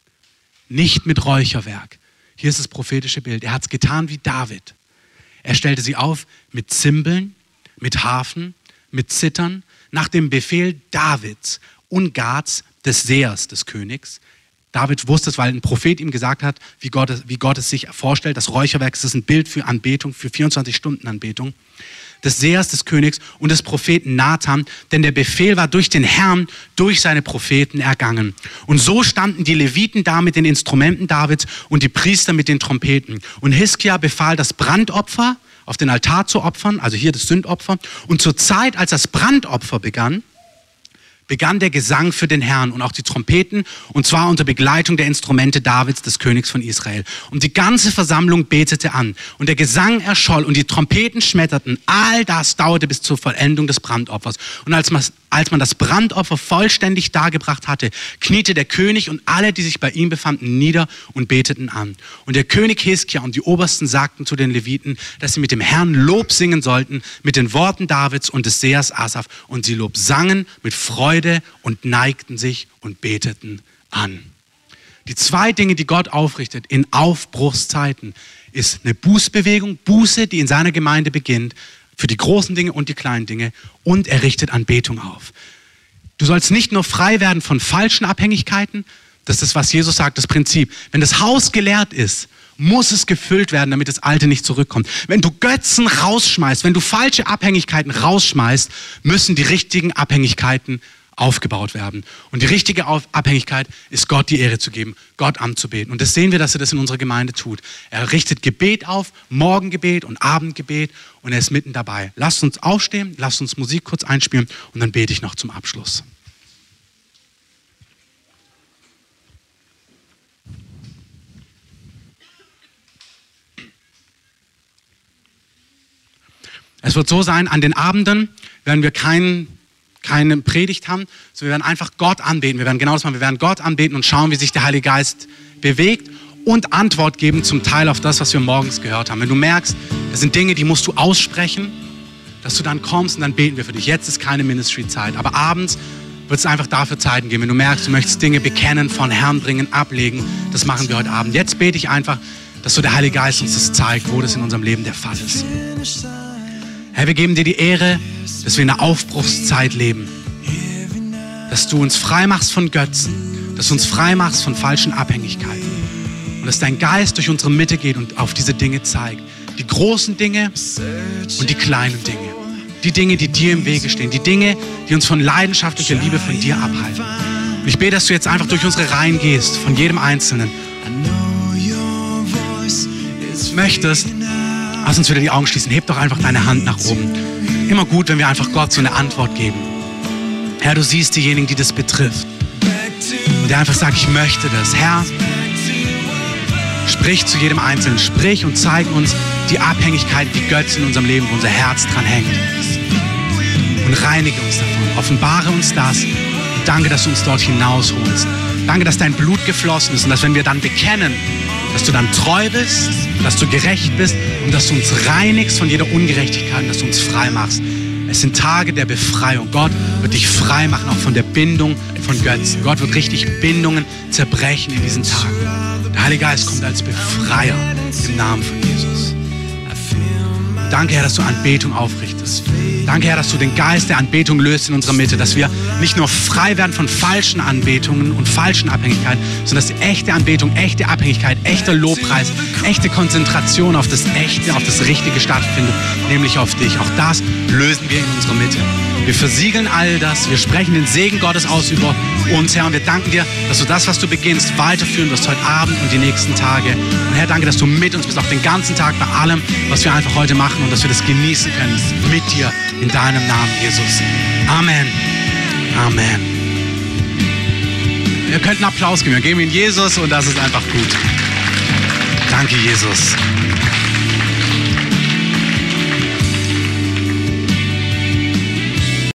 nicht mit Räucherwerk. Hier ist das prophetische Bild. Er hat es getan wie David. Er stellte sie auf mit Zimbeln, mit Harfen, mit Zittern, nach dem Befehl Davids und Gads, des Sehers des Königs. David wusste es, weil ein Prophet ihm gesagt hat, wie Gott, es, wie Gott es sich vorstellt. Das Räucherwerk ist ein Bild für Anbetung, für vierundzwanzig Stunden Anbetung. Des Sehers des Königs und des Propheten Nathan, denn der Befehl war durch den Herrn, durch seine Propheten ergangen. Und so standen die Leviten da mit den Instrumenten Davids und die Priester mit den Trompeten. Und Hiskia befahl, das Brandopfer auf den Altar zu opfern, also hier das Sündopfer. Und zur Zeit, als das Brandopfer begann, begann der Gesang für den Herrn und auch die Trompeten, und zwar unter Begleitung der Instrumente Davids, des Königs von Israel. Und die ganze Versammlung betete an und der Gesang erscholl und die Trompeten schmetterten. All das dauerte bis zur Vollendung des Brandopfers. Und als man, als man das Brandopfer vollständig dargebracht hatte, kniete der König und alle, die sich bei ihm befanden, nieder und beteten an. Und der König Hiskia und die Obersten sagten zu den Leviten, dass sie mit dem Herrn Lob singen sollten, mit den Worten Davids und des Sehers Asaf. Und sie Lob sangen mit Freude und neigten sich und beteten an. Die zwei Dinge, die Gott aufrichtet in Aufbruchszeiten, ist eine Bußbewegung, Buße, die in seiner Gemeinde beginnt, für die großen Dinge und die kleinen Dinge, und er richtet Anbetung auf. Du sollst nicht nur frei werden von falschen Abhängigkeiten, das ist das, was Jesus sagt, das Prinzip. Wenn das Haus geleert ist, muss es gefüllt werden, damit das Alte nicht zurückkommt. Wenn du Götzen rausschmeißt, wenn du falsche Abhängigkeiten rausschmeißt, müssen die richtigen Abhängigkeiten aufgebaut werden. Und die richtige Auf- Abhängigkeit ist, Gott die Ehre zu geben, Gott anzubeten. Und das sehen wir, dass er das in unserer Gemeinde tut. Er richtet Gebet auf, Morgengebet und Abendgebet und er ist mitten dabei. Lasst uns aufstehen, lasst uns Musik kurz einspielen und dann bete ich noch zum Abschluss. Es wird so sein, an den Abenden werden wir kein, keine Predigt haben, sondern wir werden einfach Gott anbeten. Wir werden genau das machen. Wir werden Gott anbeten und schauen, wie sich der Heilige Geist bewegt und Antwort geben zum Teil auf das, was wir morgens gehört haben. Wenn du merkst, das sind Dinge, die musst du aussprechen, dass du dann kommst und dann beten wir für dich. Jetzt ist keine Ministry-Zeit, aber abends wird es einfach dafür Zeiten geben. Wenn du merkst, du möchtest Dinge bekennen, von Herrn bringen, ablegen, das machen wir heute Abend. Jetzt bete ich einfach, dass so der Heilige Geist uns das zeigt, wo das in unserem Leben der Fall ist. Herr, wir geben dir die Ehre, dass wir in einer Aufbruchszeit leben. Dass du uns frei machst von Götzen, dass du uns frei machst von falschen Abhängigkeiten. Und dass dein Geist durch unsere Mitte geht und auf diese Dinge zeigt. Die großen Dinge und die kleinen Dinge. Die Dinge, die dir im Wege stehen. Die Dinge, die uns von leidenschaftlicher Liebe von dir abhalten. Und ich bete, dass du jetzt einfach durch unsere Reihen gehst, von jedem Einzelnen. Möchtest, lass uns wieder die Augen schließen. Heb doch einfach deine Hand nach oben. Immer gut, wenn wir einfach Gott so eine Antwort geben. Herr, du siehst diejenigen, die das betrifft. Und der einfach sagt, ich möchte das. Herr, sprich zu jedem Einzelnen. Sprich und zeig uns die Abhängigkeit, die Götzen in unserem Leben, wo unser Herz dran hängt. Und reinige uns davon. Offenbare uns das. Und danke, dass du uns dort hinausholst. Danke, dass dein Blut geflossen ist und dass, wenn wir dann bekennen, dass du dann treu bist, dass du gerecht bist und dass du uns reinigst von jeder Ungerechtigkeit, dass du uns frei machst. Es sind Tage der Befreiung. Gott wird dich frei machen, auch von der Bindung von Götzen. Gott wird richtig Bindungen zerbrechen in diesen Tagen. Der Heilige Geist kommt als Befreier im Namen von Jesus. Danke, Herr, dass du Anbetung aufrichtest. Danke, Herr, dass du den Geist der Anbetung löst in unserer Mitte, dass wir nicht nur frei werden von falschen Anbetungen und falschen Abhängigkeiten, sondern dass echte Anbetung, echte Abhängigkeit, echter Lobpreis, echte Konzentration auf das Echte, auf das Richtige stattfindet, nämlich auf dich. Auch das lösen wir in unserer Mitte. Wir versiegeln all das, wir sprechen den Segen Gottes aus über uns, Herr, und wir danken dir, dass du das, was du beginnst, weiterführen wirst heute Abend und die nächsten Tage. Und Herr, danke, dass du mit uns bist, auch den ganzen Tag bei allem, was wir einfach heute machen und dass wir das genießen können mit dir in deinem Namen, Jesus. Amen. Amen. Ihr könnt einen Applaus geben. Wir geben ihn Jesus und das ist einfach gut. Danke, Jesus.